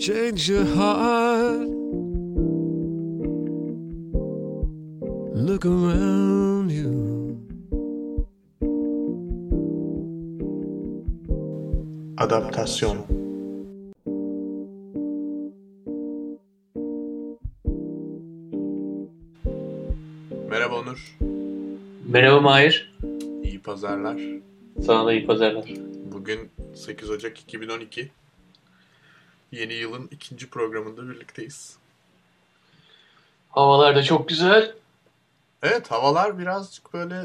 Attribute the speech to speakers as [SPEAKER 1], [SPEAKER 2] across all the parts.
[SPEAKER 1] change your heart. Look around you.
[SPEAKER 2] Adaptasyon. Merhaba Onur.
[SPEAKER 3] Merhaba Mahir.
[SPEAKER 2] İyi pazarlar.
[SPEAKER 3] Sana da iyi pazarlar.
[SPEAKER 2] Bugün 8 Ocak 2012. Yeni yılın ikinci programında birlikteyiz.
[SPEAKER 3] Havalar da çok güzel.
[SPEAKER 2] Evet, havalar birazcık böyle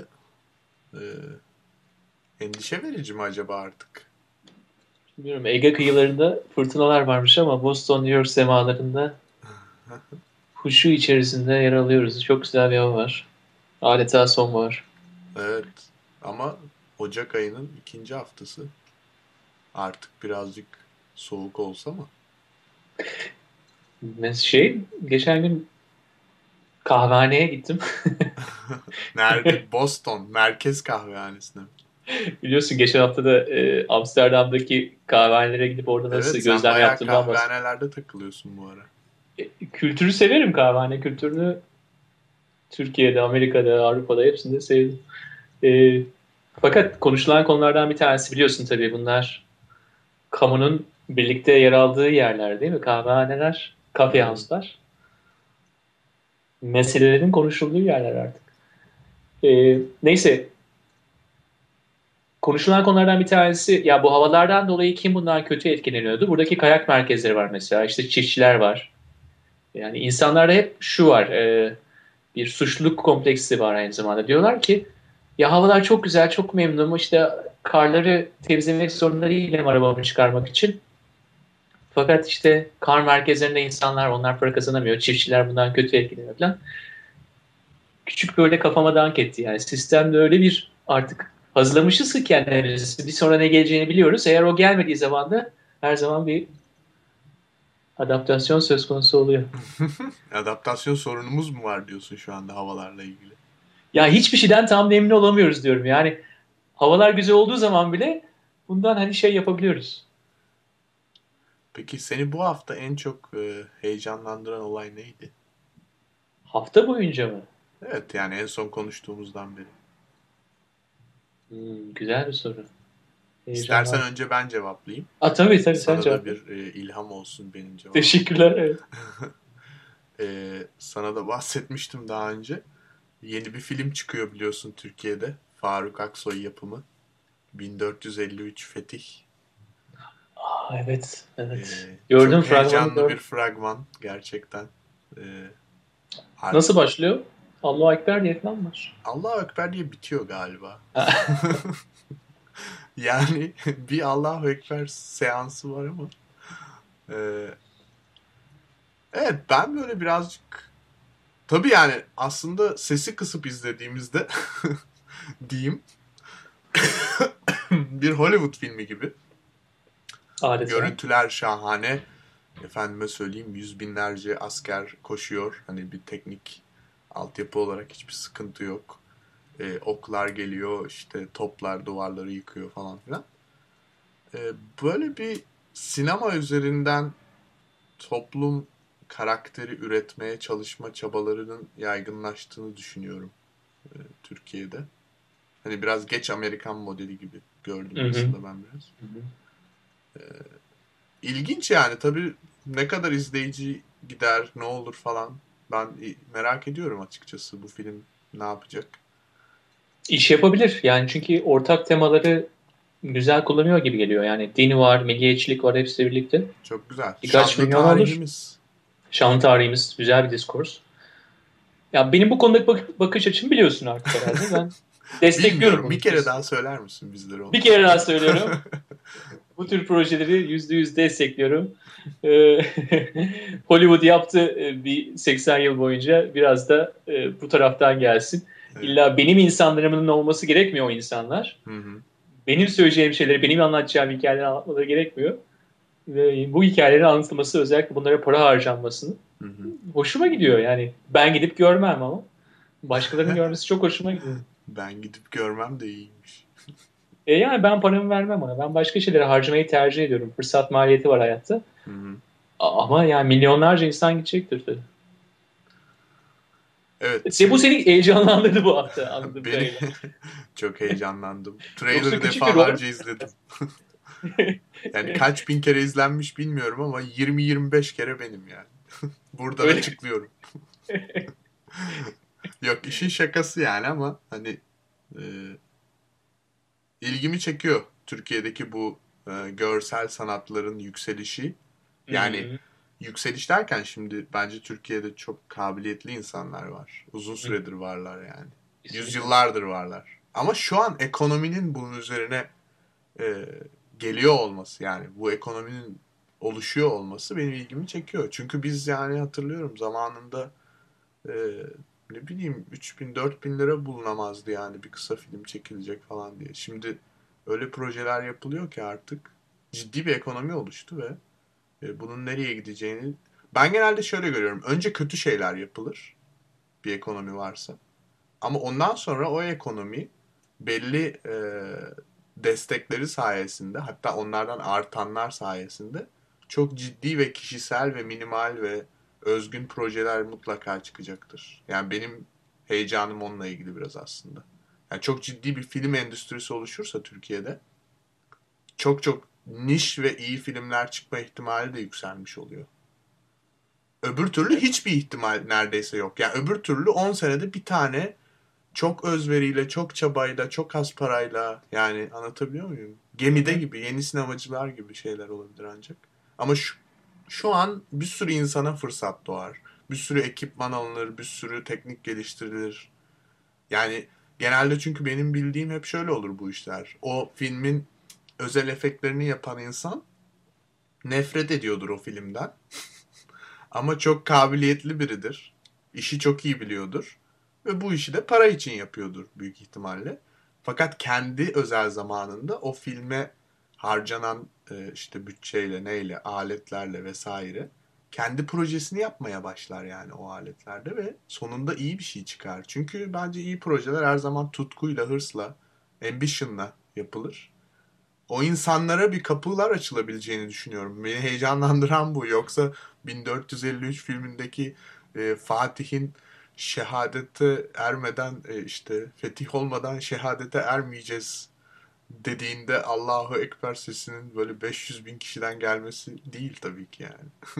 [SPEAKER 2] endişe verici mi acaba artık?
[SPEAKER 3] Bilmiyorum, Ege kıyılarında fırtınalar varmış ama Boston, New York semalarında huşu içerisinde yer alıyoruz. Çok güzel bir hava var. Adeta sonbahar.
[SPEAKER 2] Evet, ama Ocak ayının ikinci haftası. Artık birazcık soğuk olsa mı?
[SPEAKER 3] Geçen gün kahvehaneye gittim.
[SPEAKER 2] Nerede? Boston. Merkez kahvehanesine mi?
[SPEAKER 3] Biliyorsun geçen hafta da Amsterdam'daki kahvehanelere gidip orada nasıl
[SPEAKER 2] Evet, sen
[SPEAKER 3] gözlem
[SPEAKER 2] bayağı
[SPEAKER 3] yaptığımdan bahsettim.
[SPEAKER 2] kahvehanelerde takılıyorsun bu ara.
[SPEAKER 3] Kültürü severim, kahvehane kültürünü. Türkiye'de, Amerika'da, Avrupa'da hepsinde sevdim. E, Fakat konuşulan konulardan bir tanesi, biliyorsun tabii, bunlar kamunun birlikte yer aldığı yerler değil mi? Kahvehaneler, kafe house'lar. Meselelerin konuşulduğu yerler artık. Neyse, konuşulan konulardan bir tanesi, ya bu havalardan dolayı kim bundan kötü etkileniyordu? Buradaki kayak merkezleri var mesela, işte çiftçiler var. Yani insanlarda hep şu var, bir suçluluk kompleksi var aynı zamanda. Diyorlar ki, ya havalar çok güzel, çok memnunum, işte karları temizlemek zorunda değilim arabamı çıkarmak için. Fakat işte kar merkezlerinde insanlar, onlar para kazanamıyor. Çiftçiler bundan kötü etkileniyor falan. Küçük böyle kafama dank etti. Yani sistemde öyle bir artık hazırlamışız ki kendimizi. Bir sonra ne geleceğini biliyoruz. Eğer o gelmediği zaman da her zaman bir adaptasyon söz konusu oluyor.
[SPEAKER 2] Adaptasyon sorunumuz mu var diyorsun şu anda havalarla ilgili?
[SPEAKER 3] Ya hiçbir şeyden tam emin olamıyoruz diyorum. Yani havalar güzel olduğu zaman bile bundan hani şey yapabiliyoruz.
[SPEAKER 2] Peki seni bu hafta en çok heyecanlandıran olay neydi?
[SPEAKER 3] Hafta boyunca mı?
[SPEAKER 2] Evet, yani en son konuştuğumuzdan beri.
[SPEAKER 3] Güzel bir soru.
[SPEAKER 2] İstersen
[SPEAKER 3] Heyecanlar.
[SPEAKER 2] önce ben cevaplayayım.
[SPEAKER 3] Tabii sen
[SPEAKER 2] Sana da
[SPEAKER 3] cevap ver.
[SPEAKER 2] bir ilham olsun benim cevabım.
[SPEAKER 3] Teşekkürler. Evet.
[SPEAKER 2] Sana da bahsetmiştim daha önce. Yeni bir film çıkıyor biliyorsun Türkiye'de. Faruk Aksoy yapımı. 1453 Fetih.
[SPEAKER 3] Evet, evet.
[SPEAKER 2] Ee,
[SPEAKER 3] Gördüm,
[SPEAKER 2] çok
[SPEAKER 3] fragmanı
[SPEAKER 2] heyecanlı bir
[SPEAKER 3] gördüm.
[SPEAKER 2] fragman gerçekten. Ee,
[SPEAKER 3] Nasıl başlıyor? Allahu Ekber diye falan mı var?
[SPEAKER 2] Allahu Ekber diye bitiyor galiba.
[SPEAKER 3] Ha.
[SPEAKER 2] Yani bir Allahu Ekber seansı var ama. Ee, evet, ben böyle birazcık tabii yani aslında sesi kısıp izlediğimizde diyeyim bir Hollywood filmi gibi.
[SPEAKER 3] Adeta.
[SPEAKER 2] Görüntüler şahane. Efendime söyleyeyim, yüz binlerce asker koşuyor. Hani bir teknik altyapı olarak hiçbir sıkıntı yok. Oklar geliyor, işte toplar duvarları yıkıyor falan filan. Böyle bir sinema üzerinden toplum karakteri üretmeye çalışma çabalarının yaygınlaştığını düşünüyorum Türkiye'de. Hani biraz geç Amerikan modeli gibi gördüm
[SPEAKER 3] Hı hı.
[SPEAKER 2] aslında ben biraz. İlginç yani, tabii ne kadar izleyici gider, ne olur falan. Ben merak ediyorum açıkçası bu film ne yapacak.
[SPEAKER 3] İş yapabilir. Yani çünkü ortak temaları güzel kullanıyor gibi geliyor. Yani din var, milliyetçilik var, hepsi birlikte.
[SPEAKER 2] Çok güzel.
[SPEAKER 3] Birkaç
[SPEAKER 2] Şanlı
[SPEAKER 3] milyon olur.
[SPEAKER 2] tarihimiz.
[SPEAKER 3] Şanlı tarihimiz, güzel bir diskurs. Ya benim bu konudaki bakış açımı biliyorsun artık herhalde. Ben destekliyorum
[SPEAKER 2] Bilmiyorum. Bir
[SPEAKER 3] bunu.
[SPEAKER 2] kere daha söyler misin bizlere onu?
[SPEAKER 3] Bir kere daha söylüyorum. Bu tür projeleri %100 destekliyorum. Ee, Hollywood yaptı bir 80 yıl boyunca. Biraz da bu taraftan gelsin.
[SPEAKER 2] Evet.
[SPEAKER 3] İlla benim insanlarımın olması gerekmiyor o insanlar.
[SPEAKER 2] Hı hı.
[SPEAKER 3] Benim söyleyeceğim şeyleri, benim anlatacağım hikayeleri anlatmaları gerekmiyor. Ve bu hikayelerin anlatılması, özellikle bunlara para harcanmasının
[SPEAKER 2] Hı hı.
[SPEAKER 3] hoşuma gidiyor. Yani ben gidip görmem ama başkalarının görmesi çok hoşuma gidiyor.
[SPEAKER 2] Ben gidip görmem de iyiymiş.
[SPEAKER 3] Yani ben paramı vermem ona. Ben başka şeylere harcamayı tercih ediyorum. Fırsat maliyeti var hayatta.
[SPEAKER 2] Hı hı.
[SPEAKER 3] Ama yani milyonlarca insan gidecektir tabii.
[SPEAKER 2] Evet.
[SPEAKER 3] Bu seni heyecanlandırdı bu hafta anladığım
[SPEAKER 2] Beni
[SPEAKER 3] kadarıyla.
[SPEAKER 2] çok heyecanlandım.
[SPEAKER 3] Yoksa
[SPEAKER 2] Trailer'ı
[SPEAKER 3] küçük bir rol.
[SPEAKER 2] defalarca izledim. Yani kaç bin kere izlenmiş bilmiyorum ama 20-25 kere benim yani. Buradan
[SPEAKER 3] Öyle.
[SPEAKER 2] açıklıyorum. Yok, işin şakası yani ama hani e, ilgimi çekiyor Türkiye'deki bu görsel sanatların yükselişi. Yani
[SPEAKER 3] Hı-hı.
[SPEAKER 2] yükseliş derken şimdi bence Türkiye'de çok kabiliyetli insanlar var. Uzun
[SPEAKER 3] Hı-hı.
[SPEAKER 2] süredir varlar yani.
[SPEAKER 3] Kesinlikle.
[SPEAKER 2] Yüzyıllardır varlar. Ama şu an ekonominin bunun üzerine e, geliyor olması, yani bu ekonominin oluşuyor olması benim ilgimi çekiyor. Çünkü biz yani hatırlıyorum zamanında e, ne bileyim 3.000 4.000 lira bulunamazdı yani bir kısa film çekilecek falan diye. Şimdi öyle projeler yapılıyor ki artık ciddi bir ekonomi oluştu ve bunun nereye gideceğini ben genelde şöyle görüyorum. Önce kötü şeyler yapılır bir ekonomi varsa. Ama ondan sonra o ekonomi belli destekleri sayesinde, hatta onlardan artanlar sayesinde çok ciddi ve kişisel ve minimal ve özgün projeler mutlaka çıkacaktır. Yani benim heyecanım onunla ilgili biraz aslında. Yani çok ciddi bir film endüstrisi oluşursa Türkiye'de çok çok niş ve iyi filmler çıkma ihtimali de yükselmiş oluyor. Öbür türlü hiçbir ihtimal neredeyse yok. Yani öbür türlü 10 senede bir tane çok özveriyle, çok çabayla, çok az parayla, yani anlatabiliyor muyum? Gemide
[SPEAKER 3] Hı-hı.
[SPEAKER 2] gibi, yeni sinemacılar gibi şeyler olabilir ancak. Ama şu an bir sürü insana fırsat doğar. Bir sürü ekipman alınır, bir sürü teknik geliştirilir. Yani genelde çünkü benim bildiğim hep şöyle olur bu işler. O filmin özel efektlerini yapan insan nefret ediyordur o filmden. Ama çok kabiliyetli biridir. İşi çok iyi biliyordur. Ve bu işi de para için yapıyordur büyük ihtimalle. Fakat kendi özel zamanında o filme harcanan işte bütçeyle, neyle, aletlerle vesaire kendi projesini yapmaya başlar yani o aletlerde ve sonunda iyi bir şey çıkar. Çünkü bence iyi projeler her zaman tutkuyla, hırsla, ambition'la yapılır. O insanlara bir kapılar açılabileceğini düşünüyorum. Beni heyecanlandıran bu. Yoksa 1453 filmindeki Fatih'in şehadete ermeden işte fetih olmadan şehadete ermeyeceğiz dediğinde Allahu Ekber sesinin böyle 500 bin kişiden gelmesi değil tabii ki yani.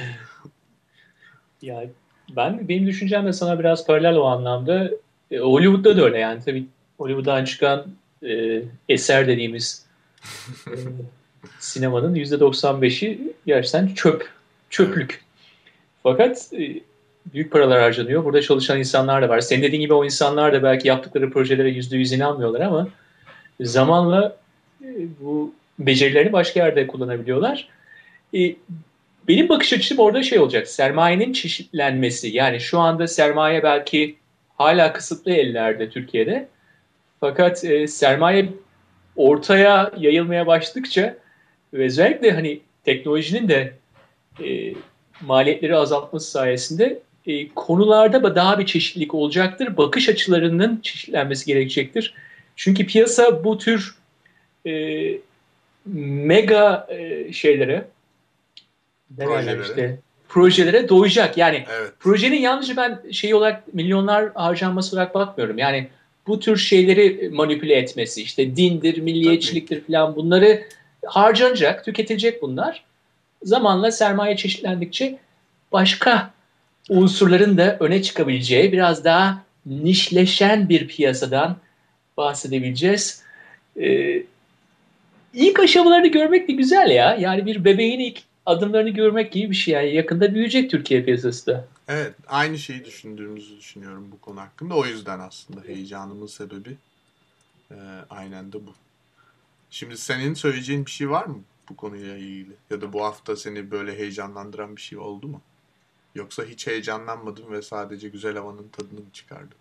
[SPEAKER 3] Ya benim düşüncem de sana biraz paralel o anlamda. Hollywood'da da öyle yani tabii Hollywood'dan çıkan eser dediğimiz e, sinemanın %95'i gerçekten
[SPEAKER 2] Evet.
[SPEAKER 3] çöplük. Fakat büyük paralar harcanıyor. Burada çalışan insanlar da var. Senin dediğin gibi o insanlar da belki yaptıkları projelere %100 inanmıyorlar ama zamanla e, bu becerilerini başka yerde kullanabiliyorlar. E, Benim bakış açım orada şey olacak. Sermayenin çeşitlenmesi. Yani şu anda sermaye belki hala kısıtlı ellerde Türkiye'de. Fakat sermaye ortaya yayılmaya başladıkça ve özellikle hani teknolojinin de e, maliyetleri azaltması sayesinde konularda daha bir çeşitlilik olacaktır. Bakış açılarının çeşitlenmesi gerekecektir. Çünkü piyasa bu tür e, mega şeylere, ne derler
[SPEAKER 2] Projeleri.
[SPEAKER 3] işte, projelere doyacak. Yani
[SPEAKER 2] Evet.
[SPEAKER 3] projenin yalnızca ben şey olarak milyonlar harcanması olarak bakmıyorum. Yani bu tür şeyleri manipüle etmesi, işte dindir,
[SPEAKER 2] Tabii ki.
[SPEAKER 3] milliyetçiliktir falan bunları harcanacak, tüketilecek bunlar. Zamanla sermaye çeşitlendikçe başka unsurların da öne çıkabileceği biraz daha nişleşen bir piyasadan bahsedebileceğiz. Ee, İlk aşamalarını görmek de güzel ya. Yani bir bebeğin ilk adımlarını görmek gibi bir şey. Yani yakında büyüyecek Türkiye piyasası da.
[SPEAKER 2] Evet, aynı şeyi düşündüğümüzü düşünüyorum bu konu hakkında. O yüzden aslında heyecanımın sebebi e, aynen de bu. Şimdi senin söyleyeceğin bir şey var mı bu konuyla ilgili? Ya da bu hafta seni böyle heyecanlandıran bir şey oldu mu? Yoksa hiç heyecanlanmadın ve sadece güzel havanın tadını mı çıkardın?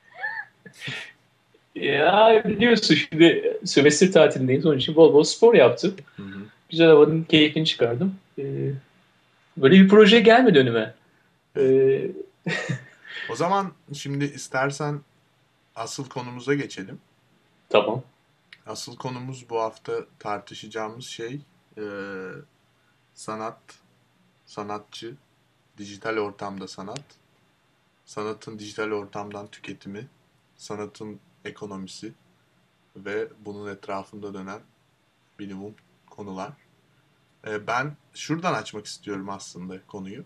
[SPEAKER 3] Ya biliyorsun şimdi sömestr tatilindeyiz. Onun için bol bol spor yaptım.
[SPEAKER 2] Hı hı.
[SPEAKER 3] Güzel havanın keyfini çıkardım. Böyle bir proje gelmedi önüme.
[SPEAKER 2] Evet.
[SPEAKER 3] Ee,
[SPEAKER 2] O zaman şimdi istersen asıl konumuza geçelim.
[SPEAKER 3] tamam.
[SPEAKER 2] Asıl konumuz bu hafta tartışacağımız şey e, sanat, sanatçı, dijital ortamda sanat, sanatın dijital ortamdan tüketimi, sanatın ekonomisi ve bunun etrafında dönen bilimum konular. Ben şuradan açmak istiyorum aslında konuyu.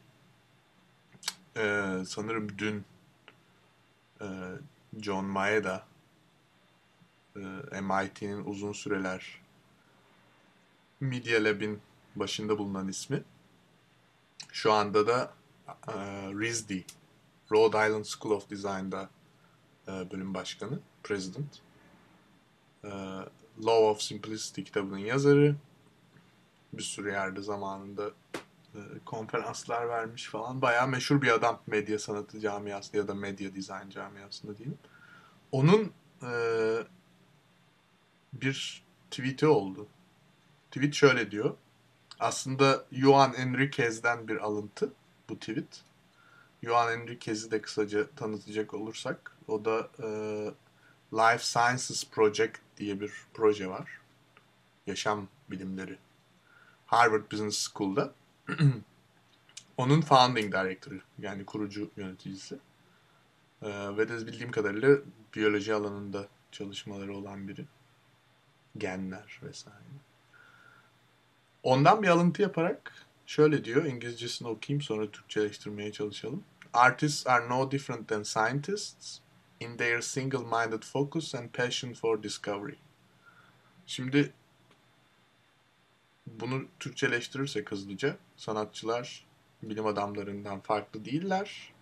[SPEAKER 2] Sanırım dün e, John Maeda, MIT'nin uzun süreler Media Lab'in başında bulunan ismi, şu anda da RISD, Rhode Island School of Design'da bölüm başkanı, president. Law of Simplicity kitabının yazarı. Bir sürü yerde zamanında konferanslar vermiş falan. Bayağı meşhur bir adam medya sanatı camiasında ya da medya dizayn camiasında diyelim. Onun bir tweet'i oldu. Tweet şöyle diyor. Aslında Juan Enriquez'den bir alıntı bu tweet. Juan Enriquez'i de kısaca tanıtacak olursak, o da Life Sciences Project diye bir proje var. Yaşam bilimleri. Harvard Business School'da. Onun founding director'ı, yani kurucu yöneticisi. Ve de bildiğim kadarıyla biyoloji alanında çalışmaları olan biri. Genler vesaire. Ondan bir alıntı yaparak şöyle diyor, İngilizcesini okuyayım sonra Türkçeleştirmeye çalışalım. Artists are no different than scientists in their single-minded focus and passion for discovery. Şimdi bunu Türkçeleştirirsek hızlıca, sanatçılar bilim adamlarından farklı değiller.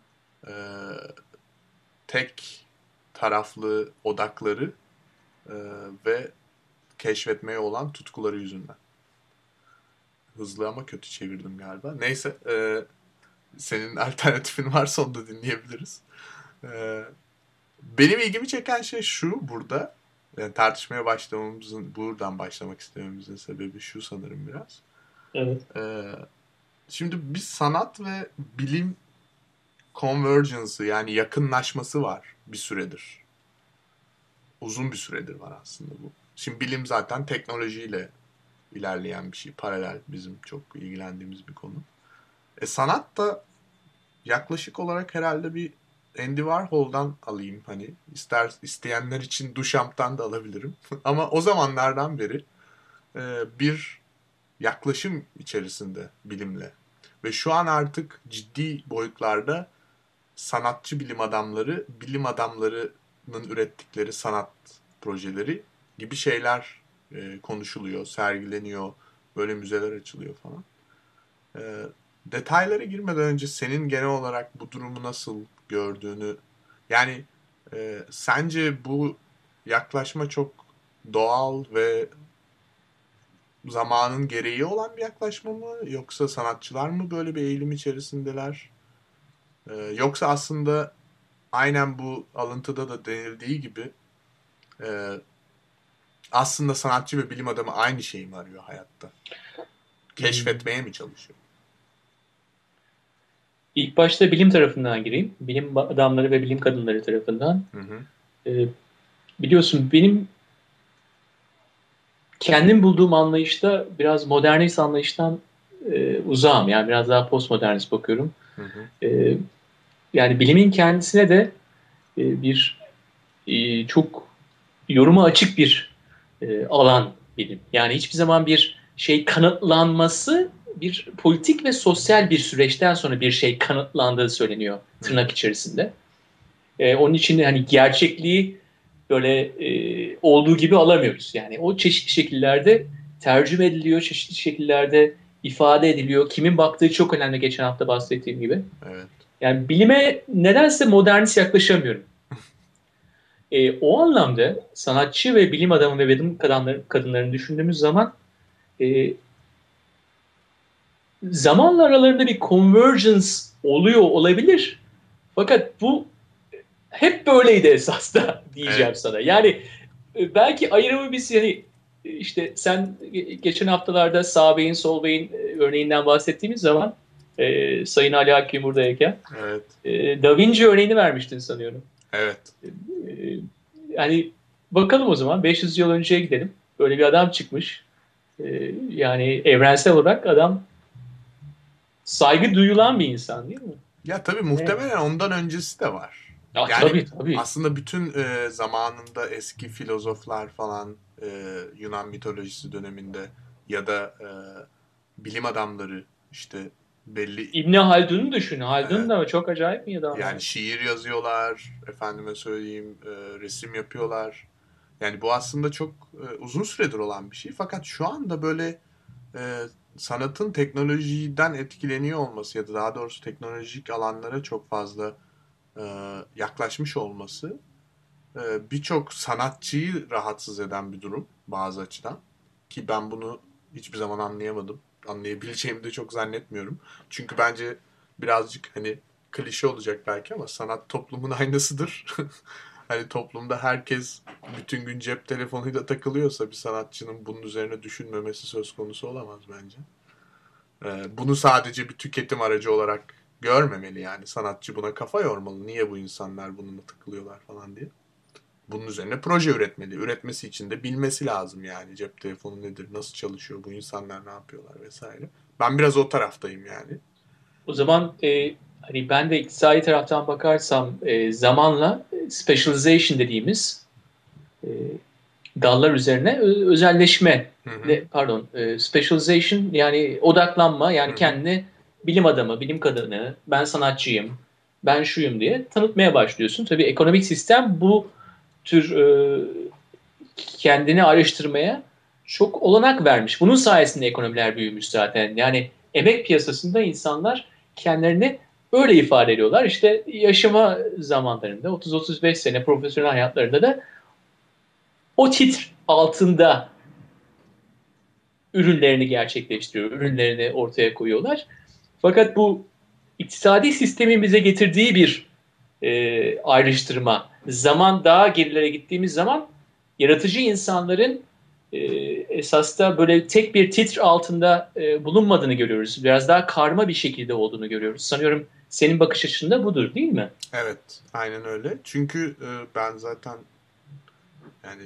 [SPEAKER 2] Tek taraflı odakları ve keşfetmeye olan tutkuları yüzünden. Hızlı ama kötü çevirdim galiba. Neyse, senin alternatifin varsa onu da dinleyebiliriz. Benim ilgimi çeken şey şu burada. Yani tartışmaya başlamamızın, buradan başlamak istememizin sebebi şu sanırım biraz.
[SPEAKER 3] Evet.
[SPEAKER 2] Şimdi bir sanat ve bilim convergence'ı, yani yakınlaşması var bir süredir. Uzun bir süredir var aslında bu. Şimdi bilim zaten teknolojiyle ilerleyen bir şey. Paralel, bizim çok ilgilendiğimiz bir konu. Sanat da yaklaşık olarak herhalde bir Andy Warhol'dan alayım, hani isteyenler için Duchamp'tan da alabilirim. Ama o zamanlardan beri bir yaklaşım içerisinde bilimle. Ve şu an artık ciddi boyutlarda sanatçı bilim adamları, bilim adamlarının ürettikleri sanat projeleri gibi şeyler konuşuluyor, sergileniyor, böyle müzeler açılıyor falan. Detaylara girmeden önce senin genel olarak bu durumu nasıl gördüğünü, yani sence bu yaklaşma çok doğal ve zamanın gereği olan bir yaklaşma mı? Yoksa sanatçılar mı böyle bir eğilim içerisindeler? Yoksa aslında aynen bu alıntıda da denildiği gibi aslında sanatçı ve bilim adamı aynı şeyi mi arıyor hayatta? Keşfetmeye mi çalışıyor?
[SPEAKER 3] İlk başta bilim tarafından gireyim. Bilim adamları ve bilim kadınları tarafından.
[SPEAKER 2] Hı hı.
[SPEAKER 3] Biliyorsun benim kendim bulduğum anlayışta biraz modernist anlayıştan uzağım. Yani biraz daha postmodernist bakıyorum.
[SPEAKER 2] Hı hı.
[SPEAKER 3] Yani bilimin kendisine de bir çok yoruma açık bir alan bilim. Yani hiçbir zaman bir şey kanıtlanması, bir politik ve sosyal bir süreçten sonra bir şey kanıtlandığı söyleniyor tırnak içerisinde. Onun için de hani gerçekliği böyle olduğu gibi alamıyoruz. Yani o çeşitli şekillerde tercüme ediliyor, çeşitli şekillerde ifade ediliyor. Kimin baktığı çok önemli, geçen hafta bahsettiğim gibi.
[SPEAKER 2] Evet.
[SPEAKER 3] Yani bilime nedense modernist yaklaşamıyorum. O anlamda sanatçı ve bilim adamı ve bilim kadınlarını düşündüğümüz zaman zamanla aralarında bir convergence oluyor olabilir. Fakat bu hep böyleydi esas da diyeceğim
[SPEAKER 2] Evet.
[SPEAKER 3] sana. Yani belki ayrımı biz yani işte sen geçen haftalarda sağ beyin sol beyin örneğinden bahsettiğimiz zaman Sayın Ali Hakkı buradayken
[SPEAKER 2] Evet.
[SPEAKER 3] Da Vinci örneğini vermiştin sanıyorum.
[SPEAKER 2] Evet.
[SPEAKER 3] Yani bakalım o zaman 500 yıl önceye gidelim. Böyle bir adam çıkmış. Yani evrensel olarak adam saygı duyulan bir insan değil mi?
[SPEAKER 2] Ya tabii muhtemelen ondan öncesi de var.
[SPEAKER 3] Ya
[SPEAKER 2] Yani
[SPEAKER 3] tabii.
[SPEAKER 2] aslında bütün zamanında eski filozoflar falan Yunan mitolojisi döneminde ya da bilim adamları işte belli
[SPEAKER 3] İbni Haldun'u düşün. Haldun
[SPEAKER 2] e,
[SPEAKER 3] da çok acayip bir adam
[SPEAKER 2] yani
[SPEAKER 3] yani.
[SPEAKER 2] şiir yazıyorlar, efendime söyleyeyim resim yapıyorlar. Yani bu aslında çok uzun süredir olan bir şey. Fakat şu anda böyle e, sanatın teknolojiden etkileniyor olması ya da daha doğrusu teknolojik alanlara çok fazla e, yaklaşmış olması birçok sanatçıyı rahatsız eden bir durum bazı açıdan. Ki ben bunu hiçbir zaman anlayamadım. Anlayabileceğimi de çok zannetmiyorum. Çünkü bence birazcık hani klişe olacak belki ama sanat toplumun aynasıdır. Hani toplumda herkes bütün gün cep telefonuyla takılıyorsa bir sanatçının bunun üzerine düşünmemesi söz konusu olamaz bence. Bunu sadece bir tüketim aracı olarak görmemeli yani. Sanatçı buna kafa yormalı. Niye bu insanlar bununla takılıyorlar falan diye. Bunun üzerine proje üretmeli. Üretmesi için de bilmesi lazım yani. Cep telefonu nedir, nasıl çalışıyor, bu insanlar ne yapıyorlar vesaire. Ben biraz o taraftayım yani.
[SPEAKER 3] O zaman hani ben de iktisadi taraftan bakarsam zamanla specialization dediğimiz e, dallar üzerine özelleşme,
[SPEAKER 2] Hı hı.
[SPEAKER 3] pardon, specialization yani odaklanma,
[SPEAKER 2] Hı
[SPEAKER 3] yani
[SPEAKER 2] hı.
[SPEAKER 3] kendini bilim adamı, bilim kadını, ben sanatçıyım, ben şuyum diye tanıtmaya başlıyorsun. Tabii ekonomik sistem bu tür kendini ayrıştırmaya çok olanak vermiş. Bunun sayesinde ekonomiler büyümüş zaten. Yani emek piyasasında insanlar kendilerini öyle ifade ediyorlar. İşte yaşama zamanlarında 30-35 sene profesyonel hayatlarında da o titr altında ürünlerini gerçekleştiriyor, ürünlerini ortaya koyuyorlar. Fakat bu iktisadi sistemin bize getirdiği bir ayrıştırma. Zaman daha gerilere gittiğimiz zaman yaratıcı insanların esas da böyle tek bir titr altında bulunmadığını görüyoruz. Biraz daha karma bir şekilde olduğunu görüyoruz. Sanıyorum senin bakış açın da budur, değil mi?
[SPEAKER 2] Evet, aynen öyle. Çünkü ben zaten yani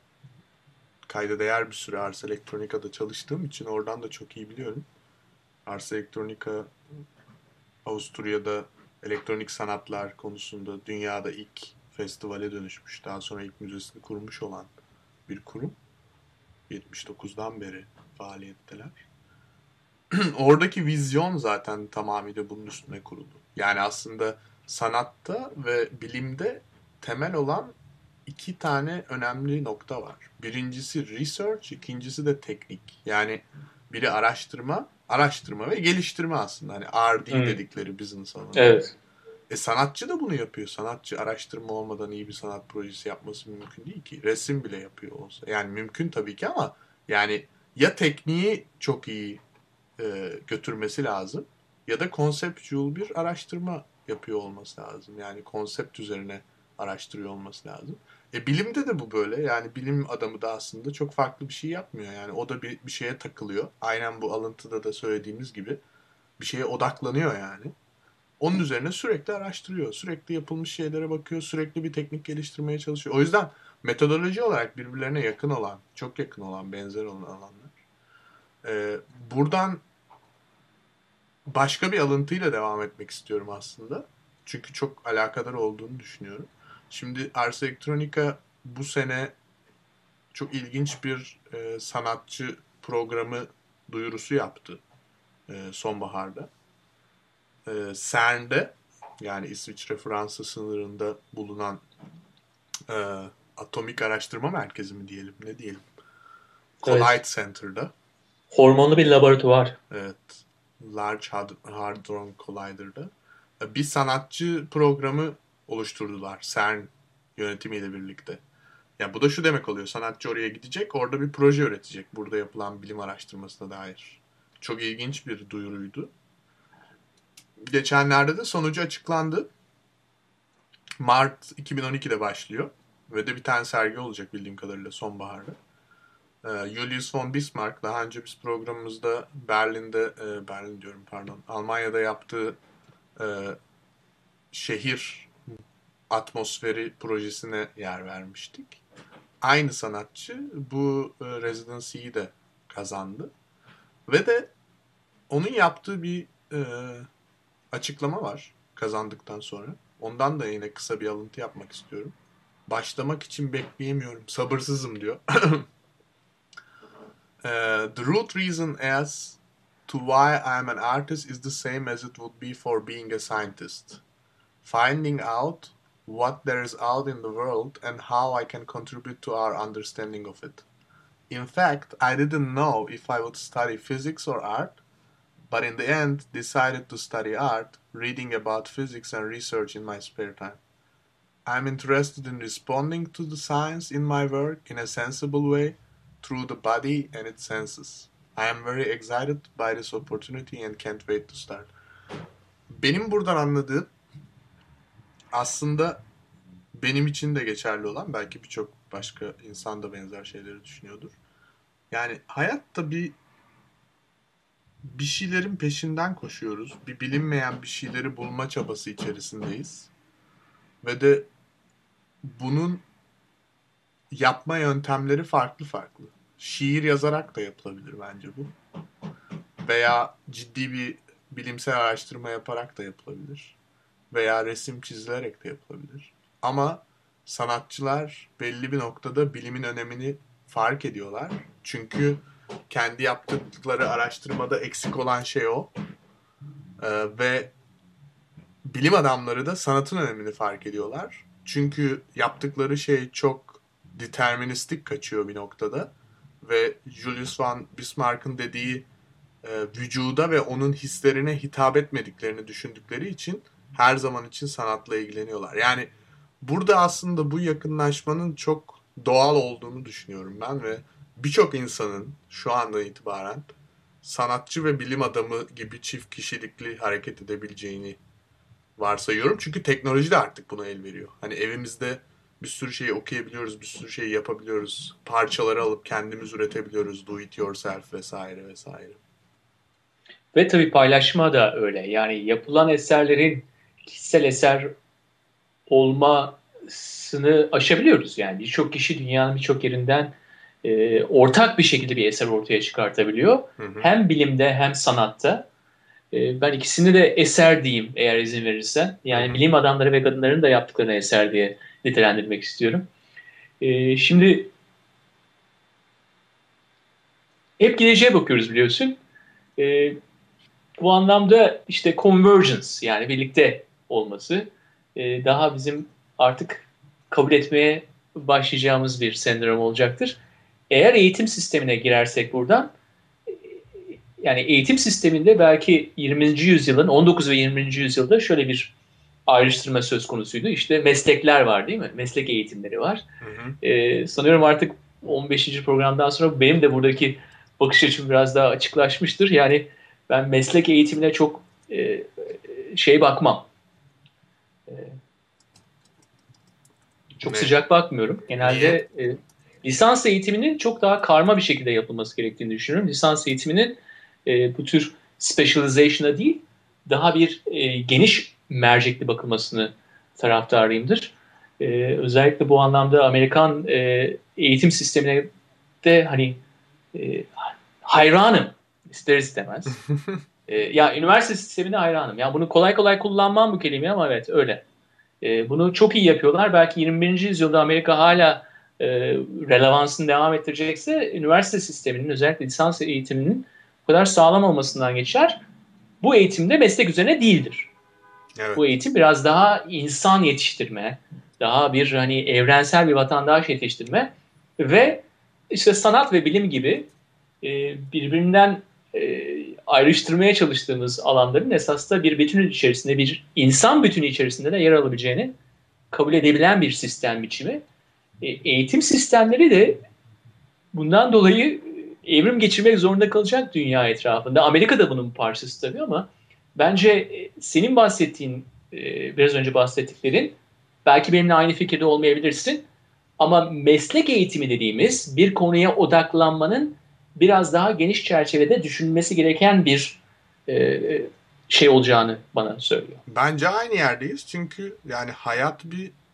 [SPEAKER 2] kayda değer bir süre Ars Electronica'da çalıştığım için oradan da çok iyi biliyorum. Ars Electronica Avusturya'da elektronik sanatlar konusunda dünyada ilk festivale dönüşmüş. Daha sonra ilk müzesini kurmuş olan bir kurum. 79'dan beri faaliyetteler. Oradaki vizyon zaten tamamıyla bunun üstüne kuruldu. Yani aslında sanatta ve bilimde temel olan iki tane önemli nokta var. Birincisi research, ikincisi de teknik. Yani biri araştırma ve geliştirme aslında. Hani R&D
[SPEAKER 3] Hmm,
[SPEAKER 2] dedikleri business alanında.
[SPEAKER 3] evet.
[SPEAKER 2] Sanatçı da bunu yapıyor. Sanatçı araştırma olmadan iyi bir sanat projesi yapması mümkün değil ki. Resim bile yapıyor olsa. Yani mümkün tabii ki ama yani ya tekniği çok iyi götürmesi lazım ya da conceptual bir araştırma yapıyor olması lazım. Yani konsept üzerine araştırıyor olması lazım. Bilimde de bu böyle. Yani bilim adamı da aslında çok farklı bir şey yapmıyor. Yani o da bir şeye takılıyor. Aynen bu alıntıda da söylediğimiz gibi bir şeye odaklanıyor yani. Onun üzerine sürekli araştırıyor. Sürekli yapılmış şeylere bakıyor. Sürekli bir teknik geliştirmeye çalışıyor. O yüzden metodoloji olarak birbirlerine yakın olan, çok yakın olan, benzer olan alanlar. Ee, Buradan başka bir alıntıyla devam etmek istiyorum aslında. Çünkü çok alakadar olduğunu düşünüyorum. Şimdi Ars Electronica bu sene çok ilginç bir sanatçı programı duyurusu yaptı sonbaharda. CERN'de yani İsviçre-Fransa sınırında bulunan e, atomik araştırma merkezi mi diyelim ne diyelim. Collide
[SPEAKER 3] Evet.
[SPEAKER 2] Center'da.
[SPEAKER 3] Hormonlu bir laboratuvar.
[SPEAKER 2] Evet. Large Hadron Collider'da bir sanatçı programı oluşturdular CERN yönetimiyle birlikte. Yani bu da şu demek oluyor. Sanatçı oraya gidecek, orada bir proje üretecek. Burada yapılan bilim araştırmasına dair. Çok ilginç bir duyuruydu. Geçenlerde de sonucu açıklandı. Mart 2012'de başlıyor. Ve de bir tane sergi olacak bildiğim kadarıyla sonbaharda. Julius von Bismarck daha önce biz programımızda Berlin diyorum pardon, Almanya'da yaptığı e, şehir atmosferi projesine yer vermiştik. Aynı sanatçı bu residency'yi de kazandı. Ve de onun yaptığı bir açıklama var kazandıktan sonra. Ondan da yine kısa bir alıntı yapmak istiyorum. Başlamak için bekleyemiyorum, sabırsızım diyor. The root reason as to why I am an artist is the same as it would be for being a scientist. Finding out what there is out in the world and how I can contribute to our understanding of it. In fact, I didn't know if I would study physics or art, but in the end decided to study art, reading about physics and research in my spare time. I'm interested in responding to the science in my work in a sensible way through the body and its senses. I am very excited by this opportunity and can't wait to start. Benim buradan anladığım aslında benim için de geçerli olan, belki birçok başka insan da benzer şeyleri düşünüyordur. Yani hayatta bir şeylerin peşinden koşuyoruz. Bir bilinmeyen bir şeyleri bulma çabası içerisindeyiz. Ve de bunun yapma yöntemleri farklı farklı. Şiir yazarak da yapılabilir bence bu. Veya ciddi bir bilimsel araştırma yaparak da yapılabilir. Veya resim çizilerek de yapılabilir. Ama sanatçılar belli bir noktada bilimin önemini fark ediyorlar. Çünkü kendi yaptıkları araştırmada eksik olan şey o. Ve bilim adamları da sanatın önemini fark ediyorlar. Çünkü yaptıkları şey çok deterministik kaçıyor bir noktada. Ve Julius von Bismarck'ın dediği vücuda ve onun hislerine hitap etmediklerini düşündükleri için her zaman için sanatla ilgileniyorlar. Yani burada aslında bu yakınlaşmanın çok doğal olduğunu düşünüyorum ben ve birçok insanın şu andan itibaren sanatçı ve bilim adamı gibi çift kişilikli hareket edebileceğini varsayıyorum. Çünkü teknoloji de artık buna el veriyor. Hani evimizde bir sürü şeyi okuyabiliyoruz, bir sürü şeyi yapabiliyoruz. Parçaları alıp kendimiz üretebiliyoruz. Do it yourself vesaire vesaire.
[SPEAKER 3] Ve tabii paylaşma da öyle. Yani yapılan eserlerin kişisel eser olmasını aşabiliyoruz. Yani birçok kişi dünyanın birçok yerinden ortak bir şekilde bir eser ortaya çıkartabiliyor. Hı hı. Hem bilimde hem sanatta. Ben ikisini de eser diyeyim eğer izin verirsen. Yani hı hı. Bilim adamları ve kadınların da yaptıklarını eser diye nitelendirmek istiyorum. Şimdi hep geleceğe bakıyoruz biliyorsun. Bu anlamda işte convergence, yani birlikte olması daha bizim artık kabul etmeye başlayacağımız bir sendrom olacaktır. Eğer eğitim sistemine girersek buradan, yani eğitim sisteminde belki 20. yüzyılın 19 ve 20. yüzyılda şöyle bir ayrıştırma söz konusuydu. İşte meslekler var değil mi? Meslek eğitimleri var. Hı hı. Sanıyorum artık 15. programdan sonra benim de buradaki bakış açım biraz daha açıklaşmıştır. Yani ben meslek eğitimine çok bakmam. Çok sıcak bakmıyorum. Genelde lisans eğitiminin çok daha karma bir şekilde yapılması gerektiğini düşünüyorum. Lisans eğitiminin bu tür specialization'a değil, daha bir geniş mercekli bakılmasını taraftarıyımdır. Özellikle bu anlamda Amerikan eğitim sistemine de hani hayranım, ister istemez. Ya üniversite sistemine hayranım. Ya bunu kolay kolay kullanmam bu kelimeyi ama evet öyle. Bunu çok iyi yapıyorlar. Belki 21. yüzyılda Amerika hala relevansını devam ettirecekse üniversite sisteminin, özellikle lisans eğitiminin bu kadar sağlam olmasından geçer. Bu eğitim de meslek üzerine değildir. Evet. Bu eğitim biraz daha insan yetiştirme, daha bir hani evrensel bir vatandaş yetiştirme ve işte sanat ve bilim gibi birbirinden ayrıştırmaya çalıştığımız alanların esas da bir bütünün içerisinde, bir insan bütünü içerisinde de yer alabileceğini kabul edebilen bir sistem biçimi. Eğitim sistemleri de bundan dolayı evrim geçirmek zorunda kalacak dünya etrafında. Amerika da bunun parçası tabii ama bence senin bahsettiğin, biraz önce bahsettiklerin, belki benimle aynı fikirde olmayabilirsin ama meslek eğitimi dediğimiz bir konuya odaklanmanın biraz daha geniş çerçevede düşünülmesi gereken bir şey olacağını bana söylüyor.
[SPEAKER 2] Bence aynı yerdeyiz çünkü yani hayat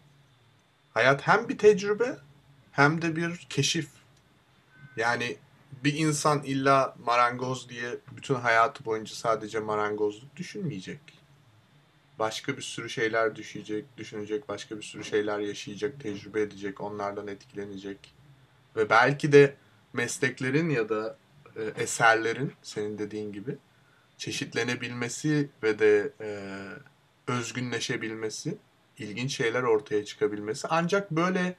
[SPEAKER 2] hem bir tecrübe hem de bir keşif. Yani bir insan illa marangoz diye bütün hayatı boyunca sadece marangozluk düşünmeyecek. Başka bir sürü şeyler düşünecek, başka bir sürü şeyler yaşayacak, tecrübe edecek, onlardan etkilenecek. Ve belki de mesleklerin ya da eserlerin senin dediğin gibi çeşitlenebilmesi ve de özgünleşebilmesi, ilginç şeyler ortaya çıkabilmesi ancak böyle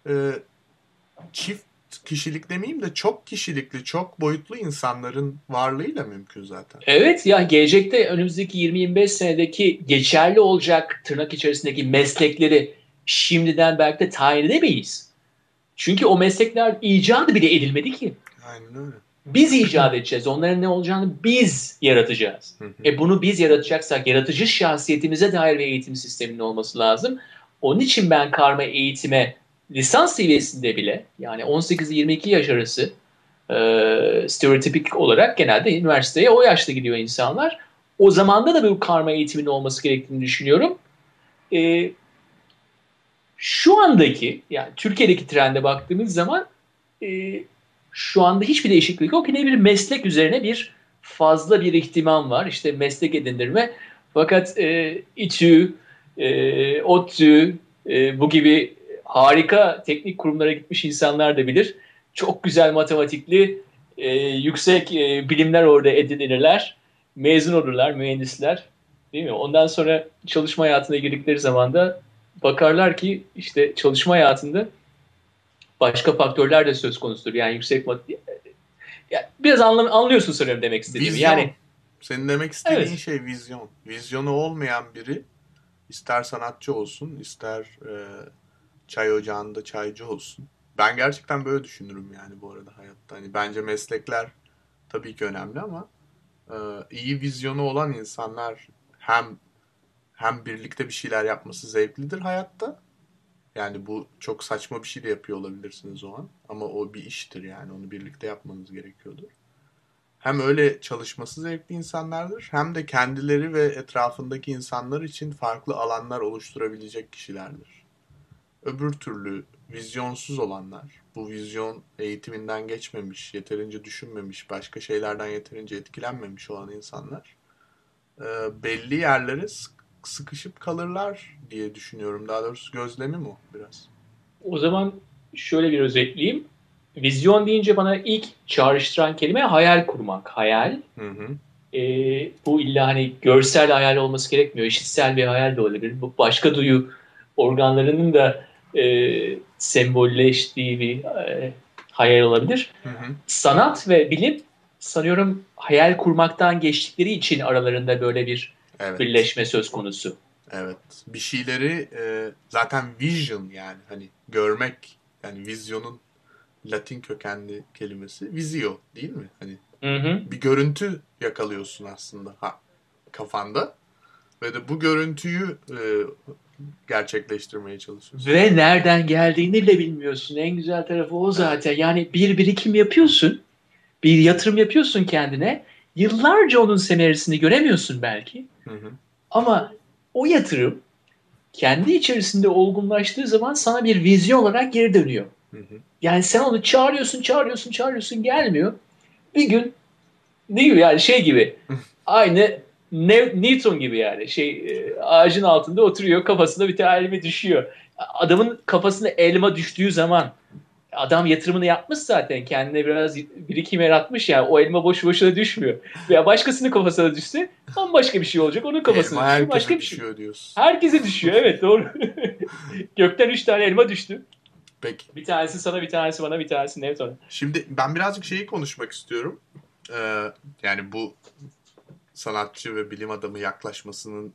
[SPEAKER 2] çift kişilik demeyeyim de çok kişilikli, çok boyutlu insanların varlığıyla mümkün zaten.
[SPEAKER 3] Evet ya, gelecekte önümüzdeki 20-25 senedeki geçerli olacak tırnak içerisindeki meslekleri şimdiden belki de tayin edemeyiz. Çünkü o meslekler icadı bile edilmedi ki.
[SPEAKER 2] Aynen öyle.
[SPEAKER 3] Biz icat edeceğiz. Onların ne olacağını biz yaratacağız. Bunu biz yaratacaksak yaratıcı şahsiyetimize dair bir eğitim sisteminin olması lazım. Onun için ben karma eğitime lisans seviyesinde bile, yani 18-22 yaş arası stereotipik olarak genelde üniversiteye o yaşta gidiyor insanlar. O zamanda da bir karma eğitimin olması gerektiğini düşünüyorum. Şu andaki, yani Türkiye'deki trende baktığımız zaman şu anda hiçbir değişiklik yok. Yine bir meslek üzerine bir fazla bir ihtimam var. İşte meslek edindirme. Fakat İTÜ, ODTÜ, bu gibi harika teknik kurumlara gitmiş insanlar da bilir. Çok güzel matematikli, yüksek bilimler orada edinirler. Mezun olurlar, mühendisler. Değil mi? Ondan sonra çalışma hayatına girdikleri zaman da bakarlar ki işte çalışma hayatında başka faktörler de söz konusudur. Yani yüksek biraz anlıyorsun sanıyorum demek istediğimi.
[SPEAKER 2] Vizyon.
[SPEAKER 3] Yani
[SPEAKER 2] senin demek istediğin
[SPEAKER 3] evet.
[SPEAKER 2] şey vizyon. Vizyonu olmayan biri ister sanatçı olsun, ister çay ocağında çaycı olsun. Ben gerçekten böyle düşünürüm yani bu arada hayatta. Hani bence meslekler tabii ki önemli ama iyi vizyonu olan insanlar hem birlikte bir şeyler yapması zevklidir hayatta. Yani bu çok saçma bir şey de yapıyor olabilirsiniz o an. Ama o bir iştir yani. Onu birlikte yapmanız gerekiyordur. Hem öyle çalışması zevkli insanlardır, hem de kendileri ve etrafındaki insanlar için farklı alanlar oluşturabilecek kişilerdir. Öbür türlü vizyonsuz olanlar, bu vizyon eğitiminden geçmemiş, yeterince düşünmemiş, başka şeylerden yeterince etkilenmemiş olan insanlar belli yerlere sıkışıp kalırlar diye düşünüyorum. Daha doğrusu gözlemim o biraz.
[SPEAKER 3] O zaman şöyle bir özetleyeyim. Vizyon deyince bana ilk çağrıştıran kelime hayal kurmak. Hayal.
[SPEAKER 2] Hı hı.
[SPEAKER 3] Bu illa hani görsel hayal olması gerekmiyor. İşitsel bir hayal de olabilir. Bu başka duyu organlarının da sembolleştiği bir hayal olabilir.
[SPEAKER 2] Hı hı.
[SPEAKER 3] Sanat ve bilim sanıyorum hayal kurmaktan geçtikleri için aralarında böyle bir
[SPEAKER 2] Evet.
[SPEAKER 3] birleşme söz konusu.
[SPEAKER 2] Evet. Bir şeyleri zaten vision yani hani görmek, yani vizyonun Latin kökenli kelimesi vizio değil mi? Hani bir görüntü yakalıyorsun aslında kafanda ve de bu görüntüyü gerçekleştirmeye çalışıyorsun.
[SPEAKER 3] Ve nereden geldiğini bile bilmiyorsun. En güzel tarafı o zaten. Yani bir birikim yapıyorsun. Bir yatırım yapıyorsun kendine. Yıllarca onun semeresini göremiyorsun belki.
[SPEAKER 2] Hı hı.
[SPEAKER 3] Ama o yatırım kendi içerisinde olgunlaştığı zaman sana bir vizyon olarak geri dönüyor.
[SPEAKER 2] Hı hı.
[SPEAKER 3] Yani sen onu çağırıyorsun gelmiyor. Bir gün ne gibi yani şey gibi aynı Newton gibi yani ağacın altında oturuyor, kafasına bir tane elma düşüyor. Adamın kafasına elma düştüğü zaman adam yatırımını yapmış zaten, kendine biraz birikim yaratmış, yani o elma boşu boşuna düşmüyor. Veya başkasının kafasına düşse bambaşka bir şey olacak, onun kafasına
[SPEAKER 2] Elma
[SPEAKER 3] düşüyor, başka
[SPEAKER 2] herkese
[SPEAKER 3] bir şey.
[SPEAKER 2] düşüyor diyorsun.
[SPEAKER 3] Herkese düşüyor, evet doğru. Gökten 3 tane elma düştü.
[SPEAKER 2] Peki.
[SPEAKER 3] Bir tanesi sana, bir tanesi bana, bir tanesi Newton'a.
[SPEAKER 2] Şimdi ben birazcık şeyi konuşmak istiyorum. Yani bu sanatçı ve bilim adamı yaklaşmasının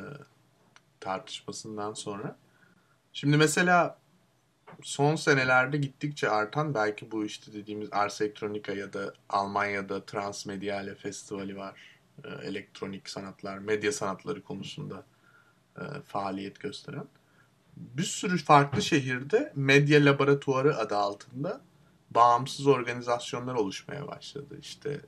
[SPEAKER 2] tartışmasından sonra. Şimdi mesela son senelerde gittikçe artan, belki bu işte dediğimiz Ars Electronica ya da Almanya'da Transmediale Festivali var. Elektronik sanatlar, medya sanatları konusunda faaliyet gösteren. Bir sürü farklı şehirde medya laboratuvarı adı altında bağımsız organizasyonlar oluşmaya başladı. İşte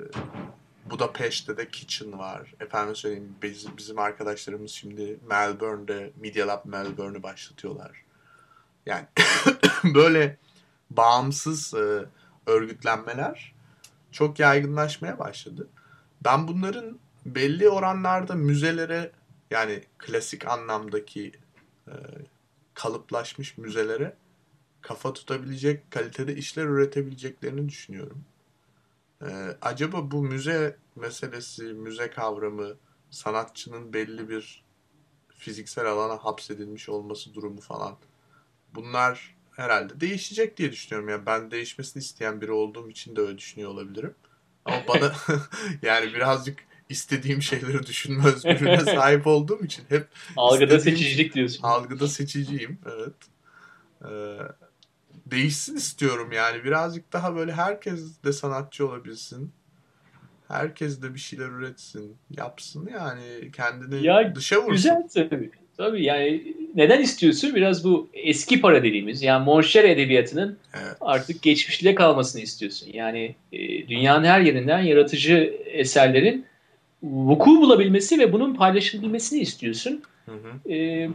[SPEAKER 2] Budapeşte de Kitchen var. Efendim söyleyeyim, bizim arkadaşlarımız şimdi Melbourne'de Media Lab Melbourne'ü başlatıyorlar. Yani böyle bağımsız örgütlenmeler çok yaygınlaşmaya başladı. Ben bunların belli oranlarda müzelere, yani klasik anlamdaki kalıplaşmış müzelere kafa tutabilecek kalitede işler üretebileceklerini düşünüyorum. Acaba bu müze meselesi, müze kavramı, sanatçının belli bir fiziksel alana hapsedilmiş olması durumu falan, bunlar herhalde değişecek diye düşünüyorum. Yani ben değişmesini isteyen biri olduğum için de öyle düşünüyor olabilirim. Ama bana yani birazcık istediğim şeyleri düşünme özgürlüğüne sahip olduğum için hep
[SPEAKER 3] Algıda
[SPEAKER 2] istediğim
[SPEAKER 3] seçicilik diyorsun.
[SPEAKER 2] algıda seçiciyim. Evet. Ee, Değişsin istiyorum yani. Birazcık daha böyle herkes de sanatçı olabilsin. Herkes de bir şeyler üretsin. Yapsın yani. Kendini
[SPEAKER 3] Ya
[SPEAKER 2] dışa vursun.
[SPEAKER 3] güzel tabii. Tabii yani neden istiyorsun? Biraz bu eski para dediğimiz yani monşer edebiyatının
[SPEAKER 2] Evet.
[SPEAKER 3] artık geçmişte kalmasını istiyorsun. Yani dünyanın her yerinden yaratıcı eserlerin vuku bulabilmesi ve bunun paylaşılabilmesini istiyorsun.
[SPEAKER 2] Hı hı.
[SPEAKER 3] E,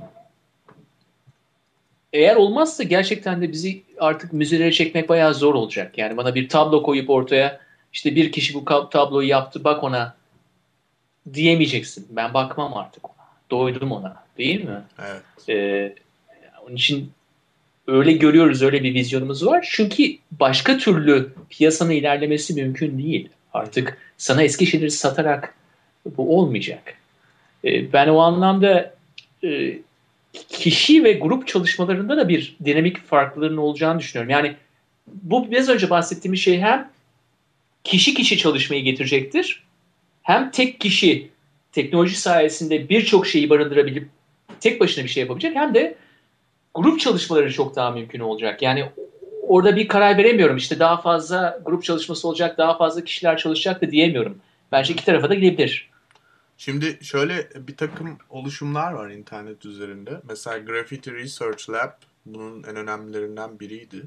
[SPEAKER 3] Eğer olmazsa gerçekten de bizi artık müzelere çekmek bayağı zor olacak. Yani bana bir tablo koyup ortaya işte bir kişi bu tabloyu yaptı bak ona diyemeyeceksin. Ben bakmam artık ona. Doydum ona. Değil mi?
[SPEAKER 2] Evet.
[SPEAKER 3] Onun için öyle görüyoruz, öyle bir vizyonumuz var. Çünkü başka türlü piyasanın ilerlemesi mümkün değil. Artık sana eski şeyleri satarak bu olmayacak. Ben o anlamda e, kişi ve grup çalışmalarında da bir dinamik farklılığının olacağını düşünüyorum. Yani bu biraz önce bahsettiğimiz şey hem kişi kişi çalışmayı getirecektir, hem tek kişi teknoloji sayesinde birçok şeyi barındırabilip tek başına bir şey yapabilecek, hem de grup çalışmaları çok daha mümkün olacak. Yani orada bir karar veremiyorum. İşte daha fazla grup çalışması olacak, daha fazla kişiler çalışacak da diyemiyorum. Bence iki tarafa da gidebilir.
[SPEAKER 2] Şimdi şöyle bir takım oluşumlar var internet üzerinde. Mesela Graffiti Research Lab bunun en önemlilerinden biriydi.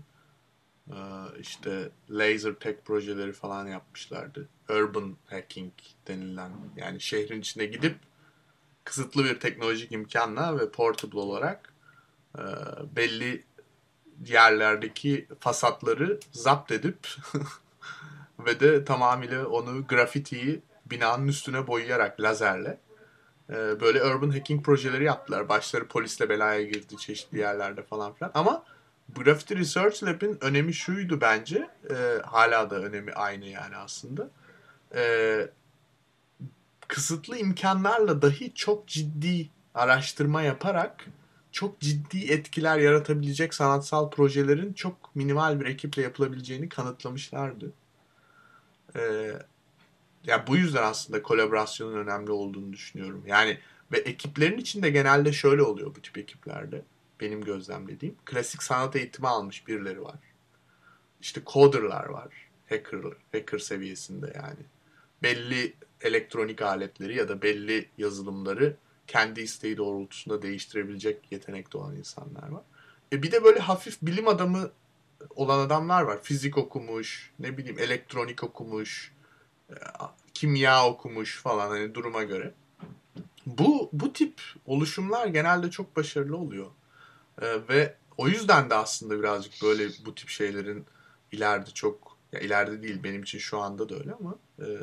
[SPEAKER 2] İşte laser tag projeleri falan yapmışlardı. Urban hacking denilen, yani şehrin içine gidip kısıtlı bir teknolojik imkanla ve portable olarak belli yerlerdeki fasatları zapt edip ve de tamamıyla onu, grafitiyi binanın üstüne boyayarak lazerle böyle urban hacking projeleri yaptılar. Başları polisle belaya girdi çeşitli yerlerde falan filan. Ama Graffiti Research Lab'in önemi şuydu bence. Hala da önemi aynı yani aslında. E, Kısıtlı imkanlarla dahi çok ciddi araştırma yaparak çok ciddi etkiler yaratabilecek sanatsal projelerin çok minimal bir ekiple yapılabileceğini kanıtlamışlardı. Ee, Ya bu yüzden aslında kolaborasyonun önemli olduğunu düşünüyorum. Yani ve ekiplerin içinde genelde şöyle oluyor bu tip ekiplerde. Benim gözlemlediğim. Klasik sanat eğitimi almış birileri var. İşte coder'lar var. Hacker seviyesinde yani. Belli elektronik aletleri ya da belli yazılımları kendi isteği doğrultusunda değiştirebilecek yetenekte olan insanlar var. Bir de böyle hafif bilim adamı olan adamlar var. Fizik okumuş, ne bileyim elektronik okumuş, kimya okumuş falan, hani duruma göre. Bu tip oluşumlar genelde çok başarılı oluyor. Ve o yüzden de aslında birazcık böyle bu tip şeylerin ileride çok, ya ileride değil benim için şu anda da öyle ama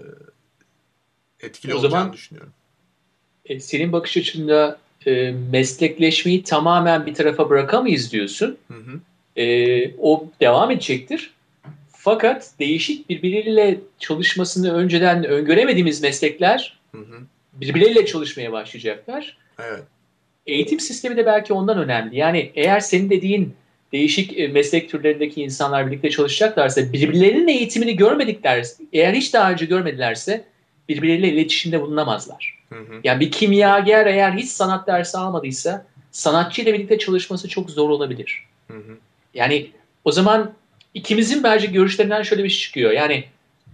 [SPEAKER 2] etkili
[SPEAKER 3] O
[SPEAKER 2] olacağını
[SPEAKER 3] zaman
[SPEAKER 2] düşünüyorum.
[SPEAKER 3] senin bakış açında meslekleşmeyi tamamen bir tarafa bırakamayız diyorsun.
[SPEAKER 2] Hı hı.
[SPEAKER 3] O devam edecektir. Fakat değişik birbiriyle çalışmasını önceden öngöremediğimiz meslekler
[SPEAKER 2] Hı hı.
[SPEAKER 3] birbirleriyle çalışmaya başlayacaklar.
[SPEAKER 2] Evet.
[SPEAKER 3] Eğitim sistemi de belki ondan önemli. Yani eğer senin dediğin değişik meslek türlerindeki insanlar birlikte çalışacaklarsa, birbirlerinin eğitimini görmediklerse, eğer hiç daha önce görmedilerse birbirleriyle iletişimde bulunamazlar.
[SPEAKER 2] Hı hı.
[SPEAKER 3] Yani bir kimyager eğer hiç sanat dersi almadıysa sanatçıyla birlikte çalışması çok zor olabilir.
[SPEAKER 2] Hı hı.
[SPEAKER 3] Yani o zaman ikimizin bence görüşlerinden şöyle bir şey çıkıyor. Yani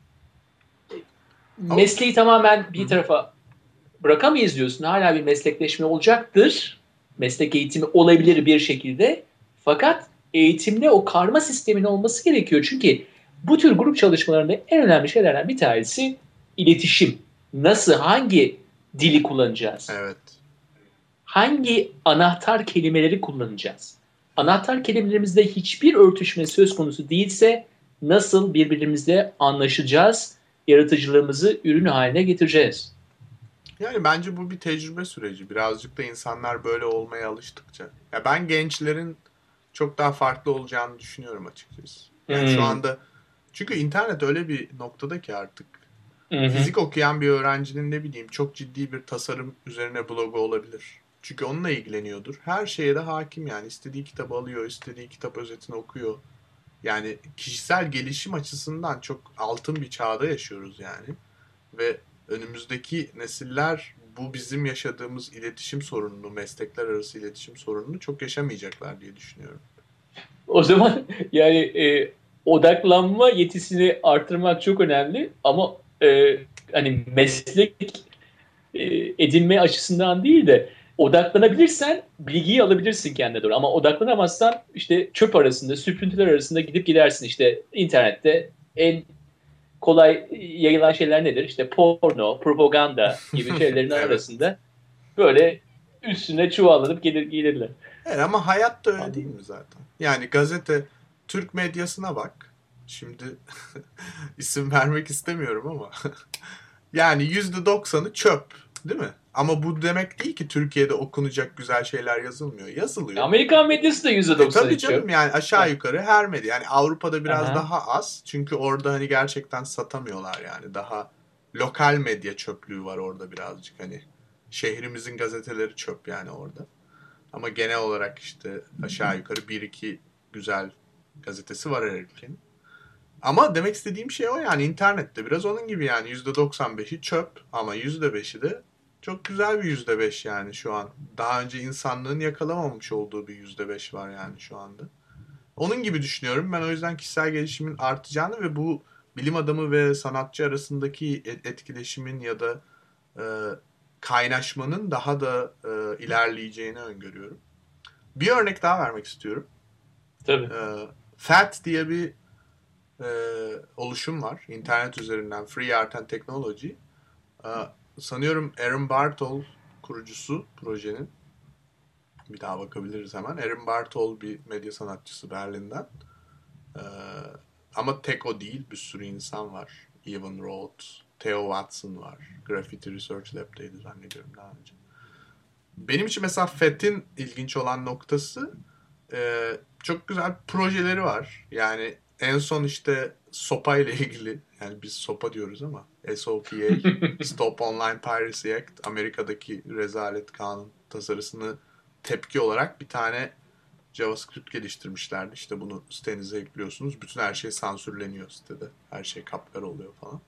[SPEAKER 2] Ama
[SPEAKER 3] mesleği tamamen
[SPEAKER 2] hı
[SPEAKER 3] bir
[SPEAKER 2] hı.
[SPEAKER 3] tarafa bırakamayız diyorsun. Hala bir meslekleşme olacaktır. Meslek eğitimi olabilir bir şekilde. Fakat eğitimde o karma sistemin olması gerekiyor. Çünkü bu tür grup çalışmalarında en önemli şeylerden bir tanesi iletişim. Nasıl, hangi dili kullanacağız?
[SPEAKER 2] Evet.
[SPEAKER 3] Hangi anahtar kelimeleri kullanacağız? Anahtar kelimelerimizde hiçbir örtüşme söz konusu değilse nasıl birbirimizle anlaşacağız, yaratıcılığımızı ürün haline getireceğiz.
[SPEAKER 2] Yani bence bu bir tecrübe süreci. Birazcık da insanlar böyle olmaya alıştıkça. Ya ben gençlerin çok daha farklı olacağını düşünüyorum açıkçası. Yani şu
[SPEAKER 3] Hmm.
[SPEAKER 2] anda çünkü internet öyle bir noktada ki artık
[SPEAKER 3] Hı hı.
[SPEAKER 2] fizik okuyan bir öğrencinin ne bileyim çok ciddi bir tasarım üzerine blogu olabilir. Çünkü onunla ilgileniyordur. Her şeye de hakim yani. İstediği kitabı alıyor, istediği kitap özetini okuyor. Yani kişisel gelişim açısından çok altın bir çağda yaşıyoruz yani. Ve önümüzdeki nesiller bu bizim yaşadığımız iletişim sorununu, meslekler arası iletişim sorununu çok yaşamayacaklar diye düşünüyorum.
[SPEAKER 3] O zaman yani odaklanma yetisini artırmak çok önemli ama hani meslek e, edinme açısından değil de odaklanabilirsen bilgiyi alabilirsin kendine doğru. Ama odaklanamazsan işte çöp arasında, süprüntüler arasında gidip gidersin. İşte internette en kolay yayılan şeyler nedir? İşte porno, propaganda gibi şeylerin
[SPEAKER 2] Evet.
[SPEAKER 3] arasında böyle üstüne çuvallanıp gelirler.
[SPEAKER 2] Evet ama hayat da öyle değil
[SPEAKER 3] Anladın mı?
[SPEAKER 2] mi zaten? Yani gazete, Türk medyasına bak. Şimdi isim vermek istemiyorum ama yani %90'ı çöp, değil mi? Ama bu demek değil ki Türkiye'de okunacak güzel şeyler yazılmıyor. Yazılıyor.
[SPEAKER 3] Amerikan medyası da
[SPEAKER 2] Tabii
[SPEAKER 3] %90'ı
[SPEAKER 2] canım
[SPEAKER 3] çöp.
[SPEAKER 2] yani aşağı yukarı her medya. Yani Avrupa'da biraz
[SPEAKER 3] Aha.
[SPEAKER 2] daha az. Çünkü orada hani gerçekten satamıyorlar yani. Daha lokal medya çöplüğü var orada birazcık hani. Şehrimizin gazeteleri çöp yani orada. Ama genel olarak işte aşağı yukarı bir iki güzel gazetesi var her ülkenin. Ama demek istediğim şey o yani internette biraz onun gibi yani %95'i çöp ama %5'i de çok güzel bir %5 yani şu an. Daha önce insanlığın yakalamamış olduğu bir %5 var yani şu anda. Onun gibi düşünüyorum. Ben o yüzden kişisel gelişimin artacağını ve bu bilim adamı ve sanatçı arasındaki etkileşimin ya da e, kaynaşmanın daha da ilerleyeceğini öngörüyorum. Bir örnek daha vermek istiyorum.
[SPEAKER 3] Tabii.
[SPEAKER 2] FAT diye bir e, oluşum var. İnternet üzerinden Free Art and Technology. E, sanıyorum Aaron Bartol kurucusu projenin. Bir daha bakabiliriz hemen. Aaron Bartol bir medya sanatçısı Berlin'den. Ee, ama tek o değil. Bir sürü insan var. Evan Roth, Theo Watson var. Graffiti Research Lab'deydi zannediyorum daha önce. Benim için mesela FET'in ilginç olan noktası çok güzel projeleri var. Yani en son işte SOPA ile ilgili yani biz SOPA diyoruz ama SOPA Stop Online Piracy Act Amerika'daki rezalet kanun tasarısını tepki olarak bir tane JavaScript geliştirmişlerdi. İşte bunu sitenize ekliyorsunuz. Bütün her şey sansürleniyor sitede. Her şey kapkara oluyor falan.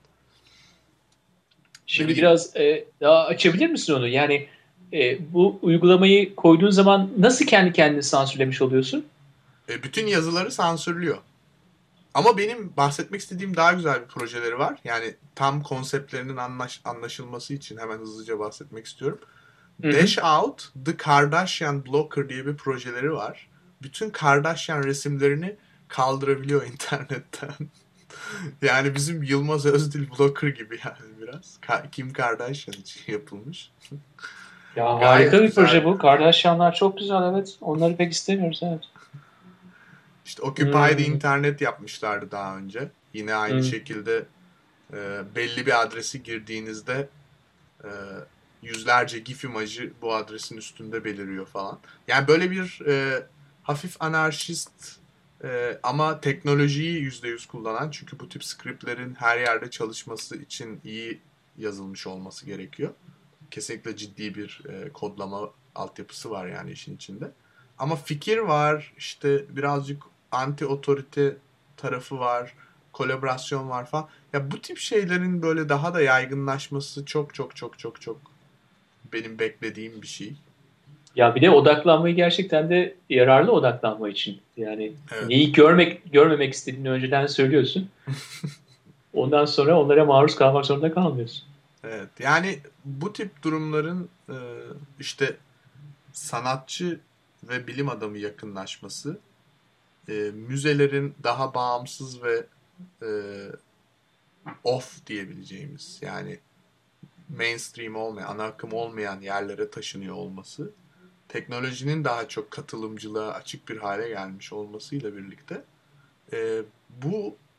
[SPEAKER 2] Ne
[SPEAKER 3] Şimdi
[SPEAKER 2] bileyim.
[SPEAKER 3] biraz daha açabilir misin onu? Yani bu uygulamayı koyduğun zaman nasıl kendi kendini sansürlemiş oluyorsun?
[SPEAKER 2] Bütün yazıları sansürlüyor. Ama benim bahsetmek istediğim daha güzel bir projeleri var. Yani tam konseptlerinin anlaşılması için hemen hızlıca bahsetmek istiyorum.
[SPEAKER 3] Hı hı.
[SPEAKER 2] Dash Out The Kardashian Blocker diye bir projeleri var. Bütün Kardashian resimlerini kaldırabiliyor internetten. Yani bizim Yılmaz Özdil Blocker gibi yani biraz. Kim Kardashian için yapılmış.
[SPEAKER 3] Ya harika
[SPEAKER 2] Gayet
[SPEAKER 3] bir proje
[SPEAKER 2] güzel
[SPEAKER 3] bu.
[SPEAKER 2] yani.
[SPEAKER 3] Kardashianlar çok güzel, evet. Onları pek istemiyoruz, evet.
[SPEAKER 2] İşte Occupy the
[SPEAKER 3] Hmm.
[SPEAKER 2] Internet yapmışlardı daha önce. Yine aynı
[SPEAKER 3] Hmm.
[SPEAKER 2] şekilde belli bir adresi girdiğinizde e, yüzlerce GIF imajı bu adresin üstünde beliriyor falan. Yani böyle bir hafif anarşist ama teknolojiyi %100 kullanan çünkü bu tip scriptlerin her yerde çalışması için iyi yazılmış olması gerekiyor. Kesinlikle ciddi bir kodlama altyapısı var yani işin içinde. Ama fikir var, işte birazcık anti otorite tarafı var, kolaborasyon var falan. Ya bu tip şeylerin böyle daha da yaygınlaşması çok çok çok çok çok benim beklediğim bir şey.
[SPEAKER 3] Ya bir de odaklanmayı gerçekten de yararlı odaklanma için. Yani
[SPEAKER 2] Evet.
[SPEAKER 3] neyi görmemek istediğini önceden söylüyorsun. Ondan sonra onlara maruz kalmak zorunda kalmıyorsun.
[SPEAKER 2] Evet. Yani bu tip durumların işte sanatçı ve bilim adamı yakınlaşması, müzelerin daha bağımsız ve e, off diyebileceğimiz yani mainstream olmayan, ana akım olmayan yerlere taşınıyor olması, teknolojinin daha çok katılımcılığa açık bir hale gelmiş olmasıyla birlikte bu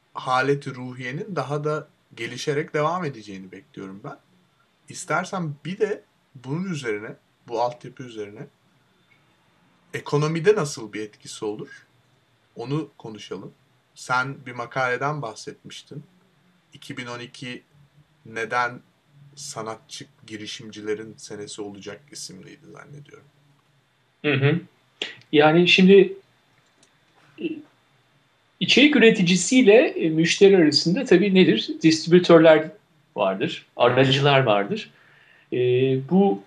[SPEAKER 2] haleti ruhiyenin daha da gelişerek devam edeceğini bekliyorum ben. İstersen bir de bunun üzerine, bu altyapı üzerine ekonomide nasıl bir etkisi olur? Onu konuşalım. Sen bir makaleden bahsetmiştin. 2012 neden sanatçı girişimcilerin senesi olacak isimliydi zannediyorum.
[SPEAKER 3] Hı hı. Yani şimdi içerik üreticisiyle müşteri arasında tabii nedir? Distribütörler vardır, aracılar vardır. Bu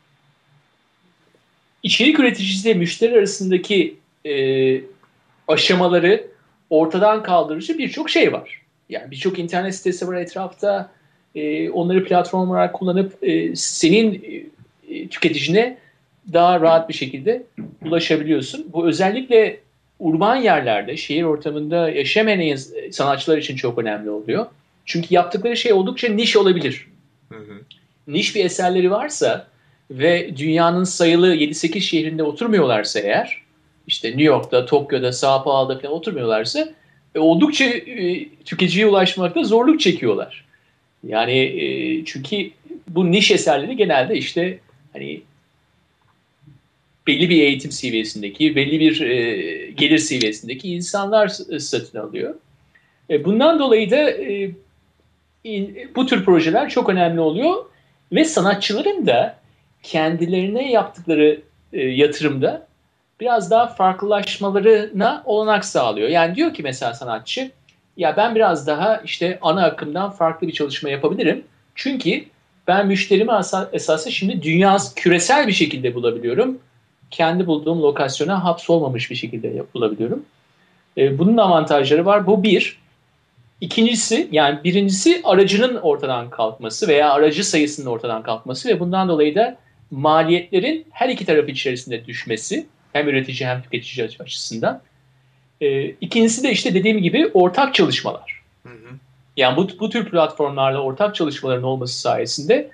[SPEAKER 3] içerik üreticisiyle müşteri arasındaki aşamaları ortadan kaldırıcı birçok şey var. Yani birçok internet sitesi var etrafta. Onları platform olarak kullanıp senin tüketicine daha rahat bir şekilde ulaşabiliyorsun. Bu özellikle urban yerlerde, şehir ortamında yaşamayan sanatçılar için çok önemli oluyor. Çünkü yaptıkları şey oldukça niş olabilir.
[SPEAKER 2] Hı hı.
[SPEAKER 3] Niş bir eserleri varsa ve dünyanın sayılı 7-8 şehrinde oturmuyorlarsa eğer, işte New York'ta, Tokyo'da, Sao Paulo'da falan oturmuyorlarsa oldukça tüketiciye ulaşmakta zorluk çekiyorlar. Yani çünkü bu niş eserleri genelde işte hani belli bir eğitim seviyesindeki, belli bir gelir seviyesindeki insanlar satın alıyor. Bundan dolayı da bu tür projeler çok önemli oluyor ve sanatçıların da kendilerine yaptıkları yatırımda biraz daha farklılaşmalarına olanak sağlıyor. Yani diyor ki mesela sanatçı, ya ben biraz daha işte ana akımdan farklı bir çalışma yapabilirim. Çünkü ben müşterimi esası şimdi küresel bir şekilde bulabiliyorum. Kendi bulduğum lokasyona hapsolmamış bir şekilde bulabiliyorum. Bunun avantajları var. Bu bir. İkincisi, yani birincisi aracının ortadan kalkması veya aracı sayısının ortadan kalkması ve bundan dolayı da maliyetlerin her iki taraf içerisinde düşmesi, hem üretici hem tüketici açısından. İkincisi de işte dediğim gibi ortak çalışmalar.
[SPEAKER 2] Hı hı.
[SPEAKER 3] Yani bu tür platformlarla ortak çalışmaların olması sayesinde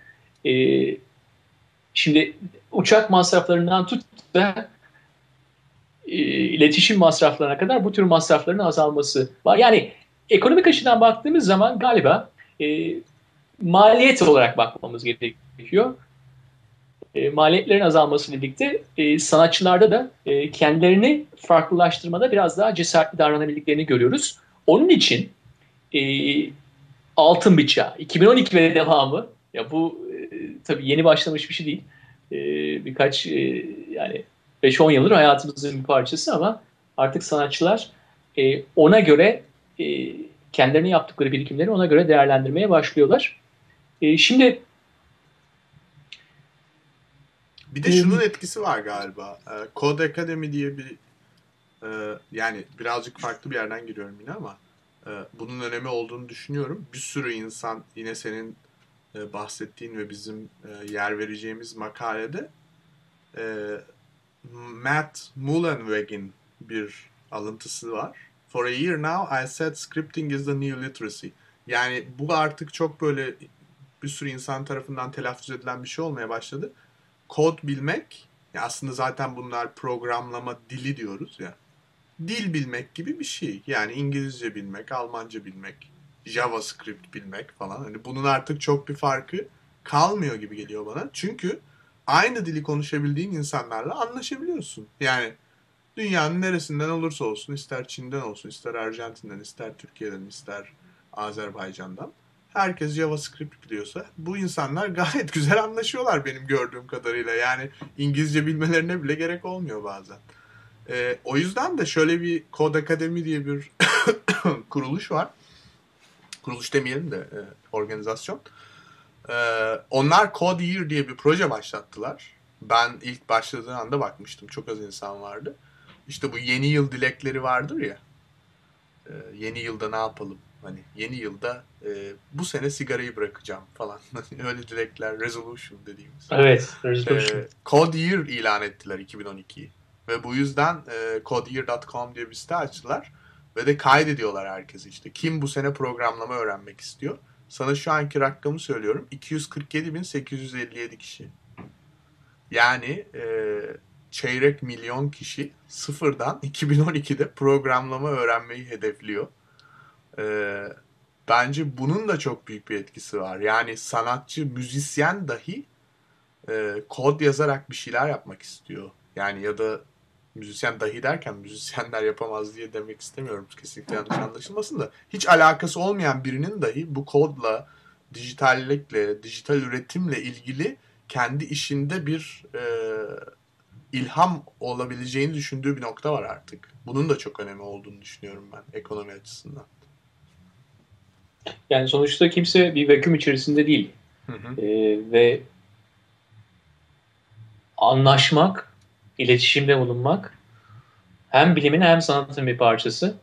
[SPEAKER 3] şimdi uçak masraflarından tut da iletişim masraflarına kadar bu tür masrafların azalması var. Yani ekonomik açıdan baktığımız zaman galiba maliyet olarak bakmamız gerekiyor. Maliyetlerin azalmasıyla birlikte sanatçılarda da kendilerini farklılaştırmada biraz daha cesaretli davranabildiklerini görüyoruz. Onun için e, altın bir çağ, 2012 ve devamı, ya bu tabii yeni başlamış bir şey değil. Birkaç yani 5-10 yıldır hayatımızın bir parçası ama artık sanatçılar ona göre kendilerine yaptıkları birikimleri ona göre değerlendirmeye başlıyorlar. Şimdi
[SPEAKER 2] Bir de şunun etkisi var galiba. Code Academy diye bir yani birazcık farklı bir yerden giriyorum yine ama bunun önemi olduğunu düşünüyorum. Bir sürü insan yine senin bahsettiğin ve bizim yer vereceğimiz makalede Matt Mullenweg'in bir alıntısı var. For a year now I said scripting is the new literacy. Yani bu artık çok böyle bir sürü insan tarafından telaffuz edilen bir şey olmaya başladı. Kod bilmek, ya aslında zaten bunlar programlama dili diyoruz ya. Dil bilmek gibi bir şey. Yani İngilizce bilmek, Almanca bilmek, JavaScript bilmek falan. Hani bunun artık çok bir farkı kalmıyor gibi geliyor bana. Çünkü aynı dili konuşabildiğin insanlarla anlaşabiliyorsun. Yani dünyanın neresinden olursa olsun, ister Çin'den olsun, ister Arjantin'den, ister Türkiye'den, ister Azerbaycan'dan. Herkes JavaScript biliyorsa bu insanlar gayet güzel anlaşıyorlar benim gördüğüm kadarıyla. Yani İngilizce bilmelerine bile gerek olmuyor bazen. O yüzden de şöyle bir Code Academy diye bir kuruluş var. Kuruluş demeyelim de organizasyon. Onlar Code Year diye bir proje başlattılar. Ben ilk başladığı anda bakmıştım. Çok az insan vardı. İşte bu yeni yıl dilekleri vardır ya. Yeni yılda ne yapalım? Hani yeni yılda bu sene sigarayı bırakacağım falan. Öyle dilekler, resolution dediğimiz.
[SPEAKER 3] evet, resolution.
[SPEAKER 2] Code Year ilan ettiler 2012'yi. Ve bu yüzden codeyear.com diye bir site açtılar. Ve de kaydediyorlar herkesi işte. Kim bu sene programlama öğrenmek istiyor? Sana şu anki rakamı söylüyorum. 247.857 kişi. Yani çeyrek milyon kişi sıfırdan 2012'de programlama öğrenmeyi hedefliyor. Bence bunun da çok büyük bir etkisi var. Yani sanatçı, müzisyen dahi kod yazarak bir şeyler yapmak istiyor. Yani ya da müzisyen dahi derken müzisyenler yapamaz diye demek istemiyorum. Kesinlikle yanlış anlaşılmasın da. Hiç alakası olmayan birinin dahi bu kodla, dijitallikle, dijital üretimle ilgili kendi işinde bir ilham olabileceğini düşündüğü bir nokta var artık. Bunun da çok önemi olduğunu düşünüyorum ben ekonomi açısından.
[SPEAKER 3] Yani sonuçta kimse bir vakum içerisinde değil.
[SPEAKER 2] Hı hı.
[SPEAKER 3] Ve anlaşmak, iletişimde bulunmak hem bilimin hem sanatın bir parçası.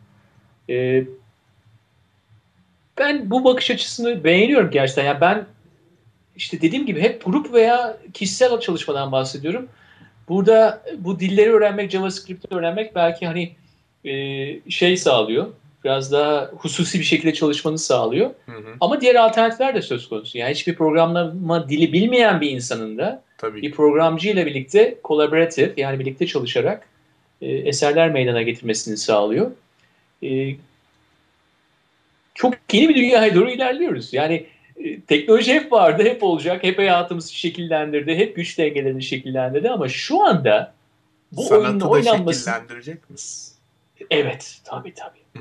[SPEAKER 3] Ben bu bakış açısını beğeniyorum gerçekten. Yani ben işte dediğim gibi hep grup veya kişisel çalışmadan bahsediyorum. Burada bu dilleri öğrenmek, JavaScript'i öğrenmek belki hani şey sağlıyor. Biraz daha hususi bir şekilde çalışmanı sağlıyor.
[SPEAKER 2] Hı hı.
[SPEAKER 3] Ama diğer alternatifler de söz konusu. Yani hiçbir programlama dili bilmeyen bir insanın da
[SPEAKER 2] Tabii.
[SPEAKER 3] bir programcı ile birlikte collaborative, yani birlikte çalışarak eserler meydana getirmesini sağlıyor. Çok yeni bir dünyaya doğru ilerliyoruz. Yani teknoloji hep vardı, hep olacak, hep hayatımızı şekillendirdi, hep güç dengelerini şekillendirdi ama şu anda bu
[SPEAKER 2] sanatı
[SPEAKER 3] oyunun
[SPEAKER 2] da
[SPEAKER 3] oynanması...
[SPEAKER 2] şekillendirecek mi?
[SPEAKER 3] Evet, tabii.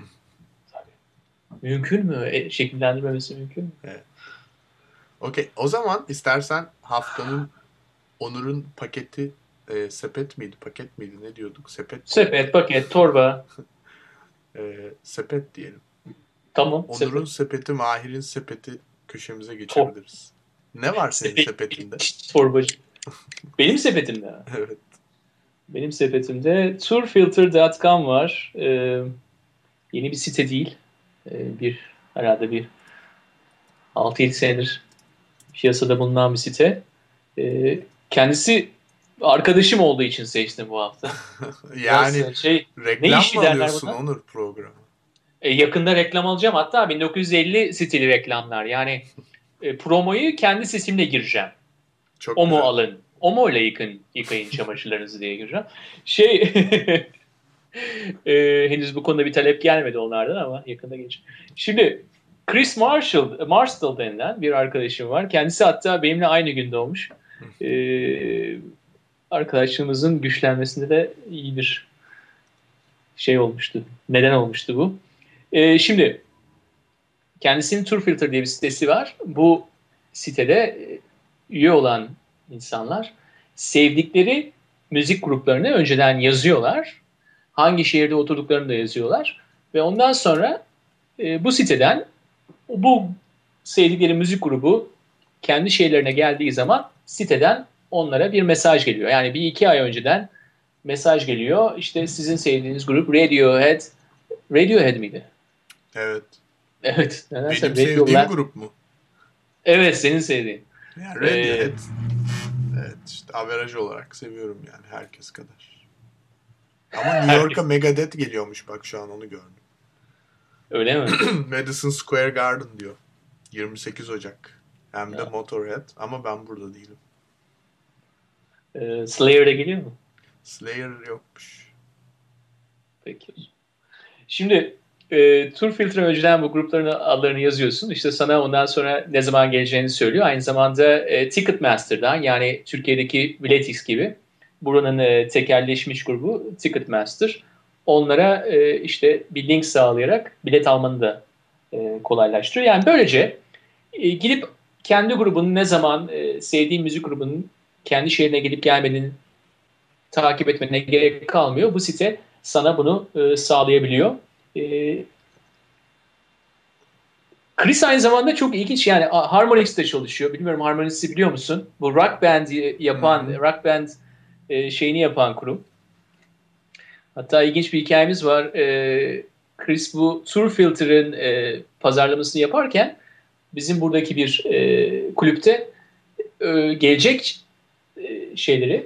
[SPEAKER 3] Mümkün mü? Şekillendirmemesi mümkün mü?
[SPEAKER 2] Evet. Okey. O zaman istersen haftanın Onur'un paketi sepet miydi? Paket miydi? Ne diyorduk?
[SPEAKER 3] Sepet, paket, torba.
[SPEAKER 2] Sepet diyelim.
[SPEAKER 3] Tamam.
[SPEAKER 2] Onur'un sepeti, Mahir'in sepeti köşemize geçebiliriz. Ne var senin sepetinde?
[SPEAKER 3] Torbacı. Benim sepetimde.
[SPEAKER 2] Evet.
[SPEAKER 3] Benim sepetimde turfilter.com var. Yeni bir site değil. Herhalde bir 6-7 senedir piyasada bulunan bir site. Kendisi arkadaşım olduğu için seçtim bu hafta.
[SPEAKER 2] Yani reklam mı alıyorsun
[SPEAKER 3] buna?
[SPEAKER 2] Onur programı?
[SPEAKER 3] Yakında reklam alacağım. Hatta 1950 stili reklamlar. Yani promoyu kendi sesimle gireceğim.
[SPEAKER 2] Çok
[SPEAKER 3] Omo
[SPEAKER 2] güzel.
[SPEAKER 3] alın. Omo ile yıkayın çamaşırlarınızı diye gireceğim. Henüz bu konuda bir talep gelmedi onlardan ama yakında gelecek. Şimdi Chris Marshall denilen bir arkadaşım var. Kendisi hatta benimle aynı gün doğmuş. Arkadaşlığımızın güçlenmesinde de iyi bir şey olmuştu. Neden olmuştu bu? Şimdi kendisinin Turfilter diye bir sitesi var. Bu sitede üye olan insanlar sevdikleri müzik gruplarını önceden yazıyorlar. Hangi şehirde oturduklarını da yazıyorlar. Ve ondan sonra bu siteden bu sevdikleri müzik grubu kendi şehirlerine geldiği zaman siteden onlara bir mesaj geliyor. Yani 1-2 ay önceden mesaj geliyor. İşte sizin sevdiğiniz grup Radiohead miydi?
[SPEAKER 2] Evet.
[SPEAKER 3] Evet.
[SPEAKER 2] Benim sevdiğim grup mu?
[SPEAKER 3] Evet, senin sevdiğin.
[SPEAKER 2] Yani Radiohead. Evet, işte averaj olarak seviyorum yani herkes kadar. Ama New York'a Megadeth geliyormuş, bak şu an onu gördüm.
[SPEAKER 3] Öyle mi?
[SPEAKER 2] Madison Square Garden diyor. 28 Ocak. Hem de Motorhead, ama ben burada değilim.
[SPEAKER 3] Slayer'da geliyor mu?
[SPEAKER 2] Slayer yokmuş.
[SPEAKER 3] Peki. Şimdi Turfilter önceden bu grupların adlarını yazıyorsun. İşte sana ondan sonra ne zaman geleceğini söylüyor. Aynı zamanda Ticketmaster'dan, yani Türkiye'deki Biletix gibi buranın tekelleşmiş grubu Ticketmaster. Onlara işte bir link sağlayarak bilet almanı da kolaylaştırıyor. Yani böylece gidip kendi grubunun ne zaman sevdiğin müzik grubunun kendi şehrine gelip gelmediğini takip etmene gerek kalmıyor. Bu site sana bunu sağlayabiliyor. Chris aynı zamanda çok ilginç, yani Harmonix'te çalışıyor. Bilmiyorum, Harmonix'i biliyor musun? Bu rock band yapan, rock band şeyini yapan kurum. Hatta ilginç bir hikayemiz var. Chris bu Turfilter'ın pazarlamasını yaparken bizim buradaki bir kulüpte gelecek şeyleri,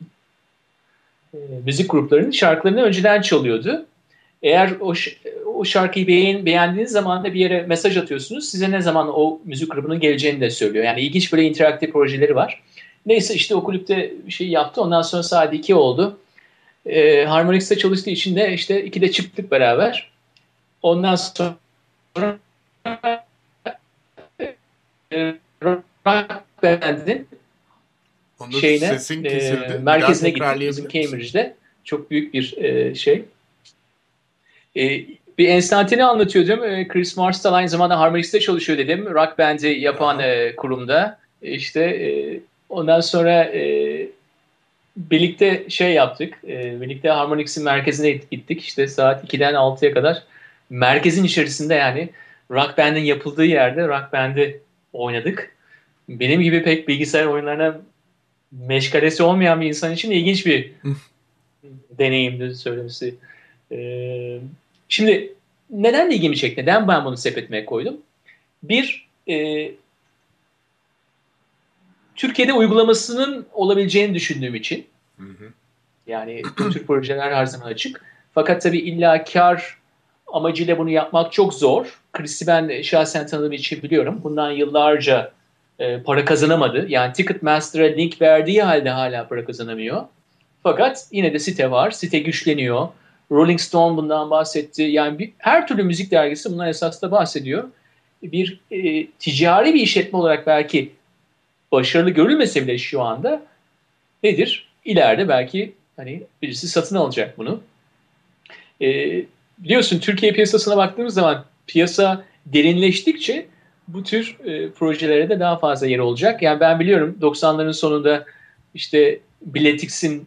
[SPEAKER 3] müzik gruplarının şarkılarını önceden çalıyordu. Eğer o şarkıyı beğendiğiniz zaman da bir yere mesaj atıyorsunuz. Size ne zaman o müzik grubunun geleceğini de söylüyor. Yani ilginç böyle interaktif projeleri var. Neyse, işte o kulüpte bir şey yaptı. Ondan sonra saat 2 oldu. Harmonix'te çalıştığı için de işte 2'de çıktık beraber. Ondan sonra rock band'in
[SPEAKER 2] Onur, sesin kesildi.
[SPEAKER 3] merkezine gittik. Bizim Cambridge'de çok büyük bir şey. Bir enstantane anlatıyordum. Chris Marstal aynı zamanda Harmonix'te çalışıyor dedim. Rock band'i yapan kurumda. İşte ondan sonra birlikte şey yaptık. Birlikte Harmonix'in merkezine gittik. İşte saat 2'den 6'ya kadar merkezin içerisinde, yani Rock band'in yapıldığı yerde Rock band'i oynadık. Benim gibi pek bilgisayar oyunlarına meşgalesi olmayan bir insan için ilginç bir deneyimdi söylemesi. Şimdi neden ilgimi çekti? Neden ben bunu sepetime koydum? Bir, Türkiye'de uygulamasının olabileceğini düşündüğüm için. Yani bu tür projeler her zaman açık. Fakat tabii illa kar amacıyla bunu yapmak çok zor. Chris'i ben şahsen tanıdığım için biliyorum. Bundan yıllarca para kazanamadı. Yani Ticketmaster'a link verdiği halde hala para kazanamıyor. Fakat yine de site var. Site güçleniyor. Rolling Stone bundan bahsetti. Yani her türlü müzik dergisi bundan esas da bahsediyor. Bir ticari bir işletme olarak belki başarılı görülmese bile şu anda nedir? İleride belki hani birisi satın alacak bunu. Biliyorsun Türkiye piyasasına baktığımız zaman piyasa derinleştikçe bu tür projelere de daha fazla yer olacak. Yani ben biliyorum 90'ların sonunda işte Biletix'in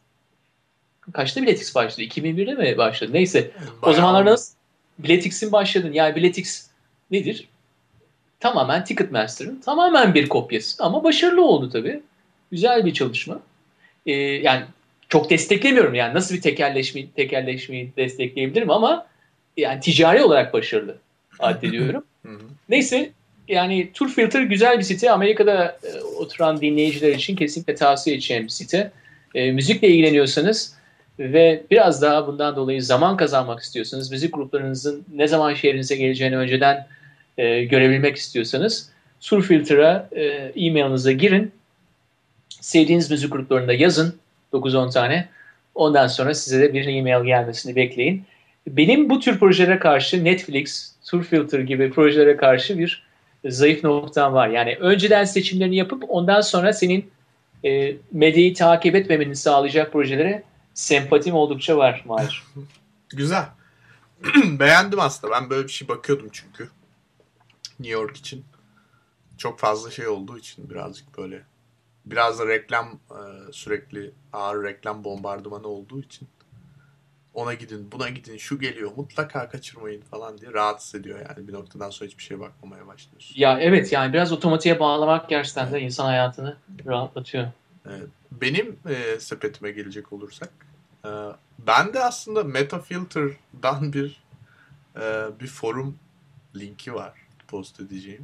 [SPEAKER 3] kaçta Biletix başladı? 2001'de mi başladı? Neyse. O zamanlarda Biletix'in başladın. Yani Biletix nedir? Tamamen Ticketmaster'ın tamamen bir kopyası. Ama başarılı oldu tabii. Güzel bir çalışma. Yani çok desteklemiyorum. Yani nasıl bir tekelleşmeyi destekleyebilirim ama yani ticari olarak başarılı addediyorum. Neyse, yani Turfilter güzel bir site. Amerika'da oturan dinleyiciler için kesinlikle tavsiye edeceğim bir site. Müzikle ilgileniyorsanız ve biraz daha bundan dolayı zaman kazanmak istiyorsanız, müzik gruplarınızın ne zaman şehrinize geleceğini önceden görebilmek istiyorsanız Turfilter'a e-mailinize girin. Sevdiğiniz müzik gruplarında yazın 9-10 tane. Ondan sonra size de bir e-mail gelmesini bekleyin. Benim bu tür projelere karşı Netflix, Turfilter gibi projelere karşı bir zayıf noktam var. Yani önceden seçimlerini yapıp ondan sonra senin medyayı takip etmemeni sağlayacak projelere sempatim oldukça var Mahir.
[SPEAKER 2] Güzel. Beğendim aslında. Ben böyle bir şey bakıyordum çünkü. New York için. Çok fazla şey olduğu için birazcık böyle. Biraz da reklam, sürekli ağır reklam bombardımanı olduğu için. Ona gidin, buna gidin, şu geliyor, mutlaka kaçırmayın falan diye rahatsız ediyor yani. Bir noktadan sonra hiçbir şeye bakmamaya başlıyorsun.
[SPEAKER 3] Ya evet, yani biraz otomatiğe bağlamak gerçekten de insan hayatını rahatlatıyor.
[SPEAKER 2] Evet. Benim sepetime gelecek olursak, ben de aslında Metafilter'dan bir forum linki var post edeceğim.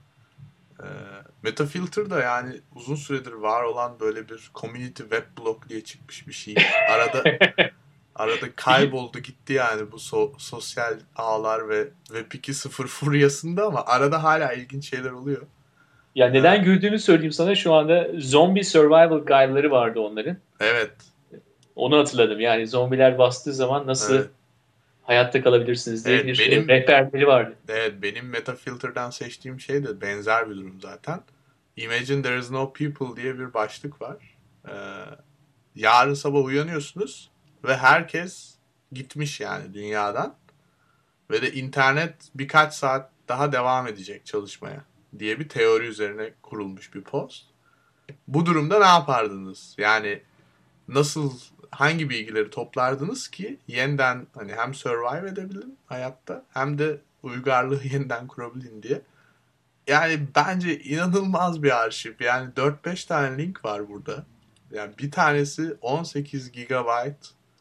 [SPEAKER 2] Metafilter da yani uzun süredir var olan böyle bir community web blog diye çıkmış bir şey. Arada kayboldu gitti yani bu sosyal ağlar ve Web 2.0 furyasında, ama arada hala ilginç şeyler oluyor.
[SPEAKER 3] Ya neden güldüğümü söyleyeyim sana. Şu anda zombie survival guide'ları vardı onların.
[SPEAKER 2] Evet.
[SPEAKER 3] Onu hatırladım. Yani zombiler bastığı zaman nasıl hayatta kalabilirsiniz diye bir rehberleri vardı.
[SPEAKER 2] Evet, benim Metafilter'dan seçtiğim şey de benzer bir durum zaten. Imagine there is no people diye bir başlık var. Yarın sabah uyanıyorsunuz ve herkes gitmiş yani dünyadan. Ve de internet birkaç saat daha devam edecek çalışmaya diye bir teori üzerine kurulmuş bir post. Bu durumda ne yapardınız? Yani hangi bilgileri toplardınız ki yeniden hani hem survive edebilin hayatta hem de uygarlığı yeniden kurabilin diye. Yani bence inanılmaz bir arşiv. Yani 4-5 tane link var burada. Yani bir tanesi 18 GB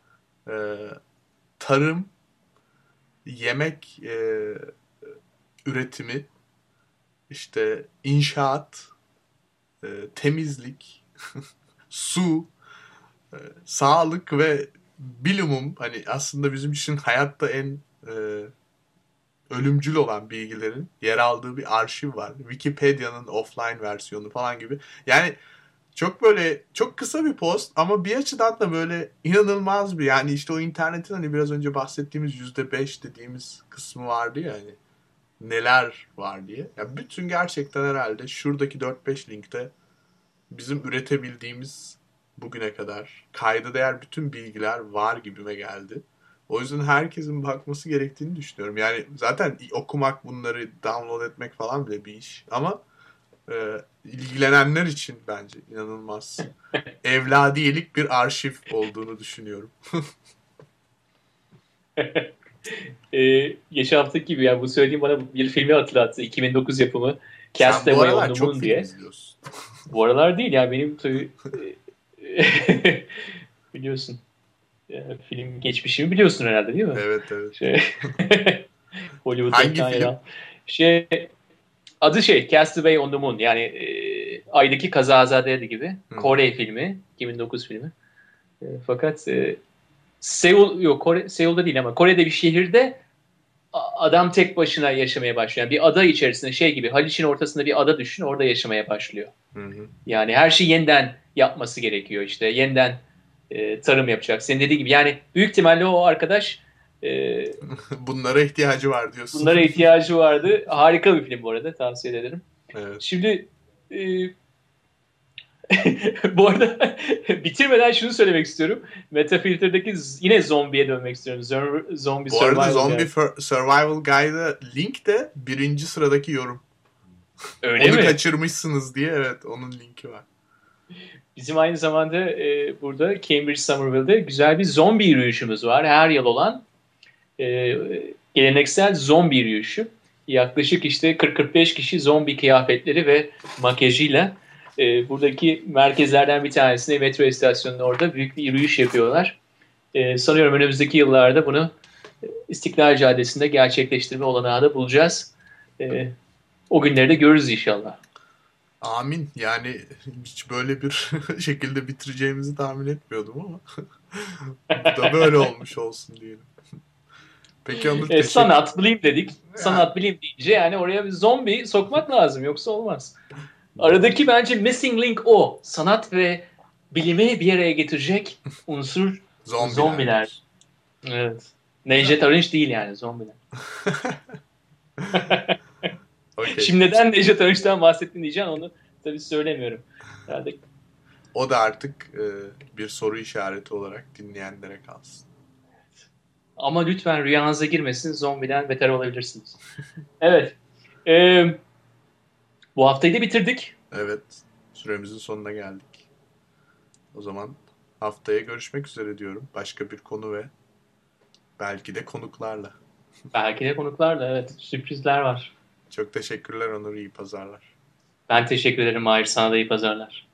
[SPEAKER 2] tarım, yemek üretimi, işte inşaat, temizlik, su, sağlık ve bilimum, hani aslında bizim için hayatta en ölümcül olan bilgilerin yer aldığı bir arşiv var. Wikipedia'nın offline versiyonu falan gibi. Yani çok kısa bir post ama bir açıdan da böyle inanılmaz bir, yani işte o internetin hani biraz önce bahsettiğimiz %5 dediğimiz kısmı vardı ya hani. neler var diye. Ya bütün gerçekten herhalde şuradaki 4-5 linkte bizim üretebildiğimiz bugüne kadar kayda değer bütün bilgiler var gibime geldi. O yüzden herkesin bakması gerektiğini düşünüyorum. Yani zaten okumak, bunları download etmek falan bile bir iş. Ama ilgilenenler için bence inanılmaz evladiyelik bir arşiv olduğunu düşünüyorum.
[SPEAKER 3] Geçen haftaki gibi yani bu söylediğim bana bir filmi hatırlattı. 2009 yapımı
[SPEAKER 2] Sen bu
[SPEAKER 3] Castaway on
[SPEAKER 2] aralar
[SPEAKER 3] the
[SPEAKER 2] çok
[SPEAKER 3] Moon
[SPEAKER 2] film
[SPEAKER 3] diye.
[SPEAKER 2] izliyorsun.
[SPEAKER 3] Bu aralar değil yani benim tabii biliyorsun film geçmişimi biliyorsun herhalde değil mi?
[SPEAKER 2] Evet, evet.
[SPEAKER 3] Şey, Hollywood'da
[SPEAKER 2] Hangi
[SPEAKER 3] falan yer
[SPEAKER 2] film?
[SPEAKER 3] al. Şey, adı Castaway on the Moon yani Ay'daki Kazazade gibi Kore filmi 2009 filmi. Fakat Seul yok Seul'da değil ama Kore'de bir şehirde adam tek başına yaşamaya başlıyor. Yani bir ada içerisinde gibi Haliç'in ortasında bir ada düşün orada yaşamaya başlıyor.
[SPEAKER 2] Hı hı.
[SPEAKER 3] Yani her şeyi yeniden yapması gerekiyor işte. Yeniden tarım yapacak. Senin dediğin gibi yani büyük ihtimalle o arkadaş
[SPEAKER 2] Bunlara ihtiyacı var diyorsun.
[SPEAKER 3] bunlara ihtiyacı vardı. Harika bir film bu arada. Tavsiye ederim.
[SPEAKER 2] Evet.
[SPEAKER 3] Şimdi bu arada bitirmeden şunu söylemek istiyorum. Metafiltre'deki yine zombiye dönmek istiyorum. Zombie
[SPEAKER 2] Bu arada
[SPEAKER 3] Survival
[SPEAKER 2] Zombie
[SPEAKER 3] Guide.
[SPEAKER 2] Survival Guide'a link de 1. sıradaki yorum.
[SPEAKER 3] Öyle
[SPEAKER 2] Onu
[SPEAKER 3] mi?
[SPEAKER 2] kaçırmışsınız diye evet onun linki var.
[SPEAKER 3] Bizim aynı zamanda burada Cambridge Somerville'de güzel bir zombi yürüyüşümüz var. Her yıl olan geleneksel zombi yürüyüşü. Yaklaşık işte 40-45 kişi zombi kıyafetleri ve makyajıyla buradaki merkezlerden bir tanesinde metro istasyonunun orada büyük bir yürüyüş yapıyorlar. Sanıyorum önümüzdeki yıllarda bunu İstiklal Caddesi'nde gerçekleştirme olanağı da bulacağız. O günleri de görürüz inşallah.
[SPEAKER 2] Amin. Yani hiç böyle bir şekilde bitireceğimizi tahmin etmiyordum ama bu da böyle olmuş olsun diyelim. Peki Onur teşekkür.
[SPEAKER 3] Sanat, bilim dedik.
[SPEAKER 2] Yani.
[SPEAKER 3] Sanat, bilim deyince yani oraya bir zombi sokmak lazım yoksa olmaz. Aradaki bence missing link o. Sanat ve bilimi bir araya getirecek unsur zombiler. Evet. Necdet Arınç değil yani zombiler.
[SPEAKER 2] Okay.
[SPEAKER 3] Şimdi neden Necdet Arınç'tan bahsettin diyeceğim onu tabii söylemiyorum. Herhalde.
[SPEAKER 2] O da artık bir soru işareti olarak dinleyenlere kalsın.
[SPEAKER 3] Ama lütfen rüyanıza girmesin. Zombiden beter olabilirsiniz. Evet. Bu haftayı da bitirdik.
[SPEAKER 2] Evet. Süremizin sonuna geldik. O zaman haftaya görüşmek üzere diyorum. Başka bir konu ve belki de konuklarla.
[SPEAKER 3] Belki de konuklarla evet. Sürprizler var.
[SPEAKER 2] Çok teşekkürler Onur. İyi pazarlar.
[SPEAKER 3] Ben teşekkür ederim Mahir. Sana da iyi pazarlar.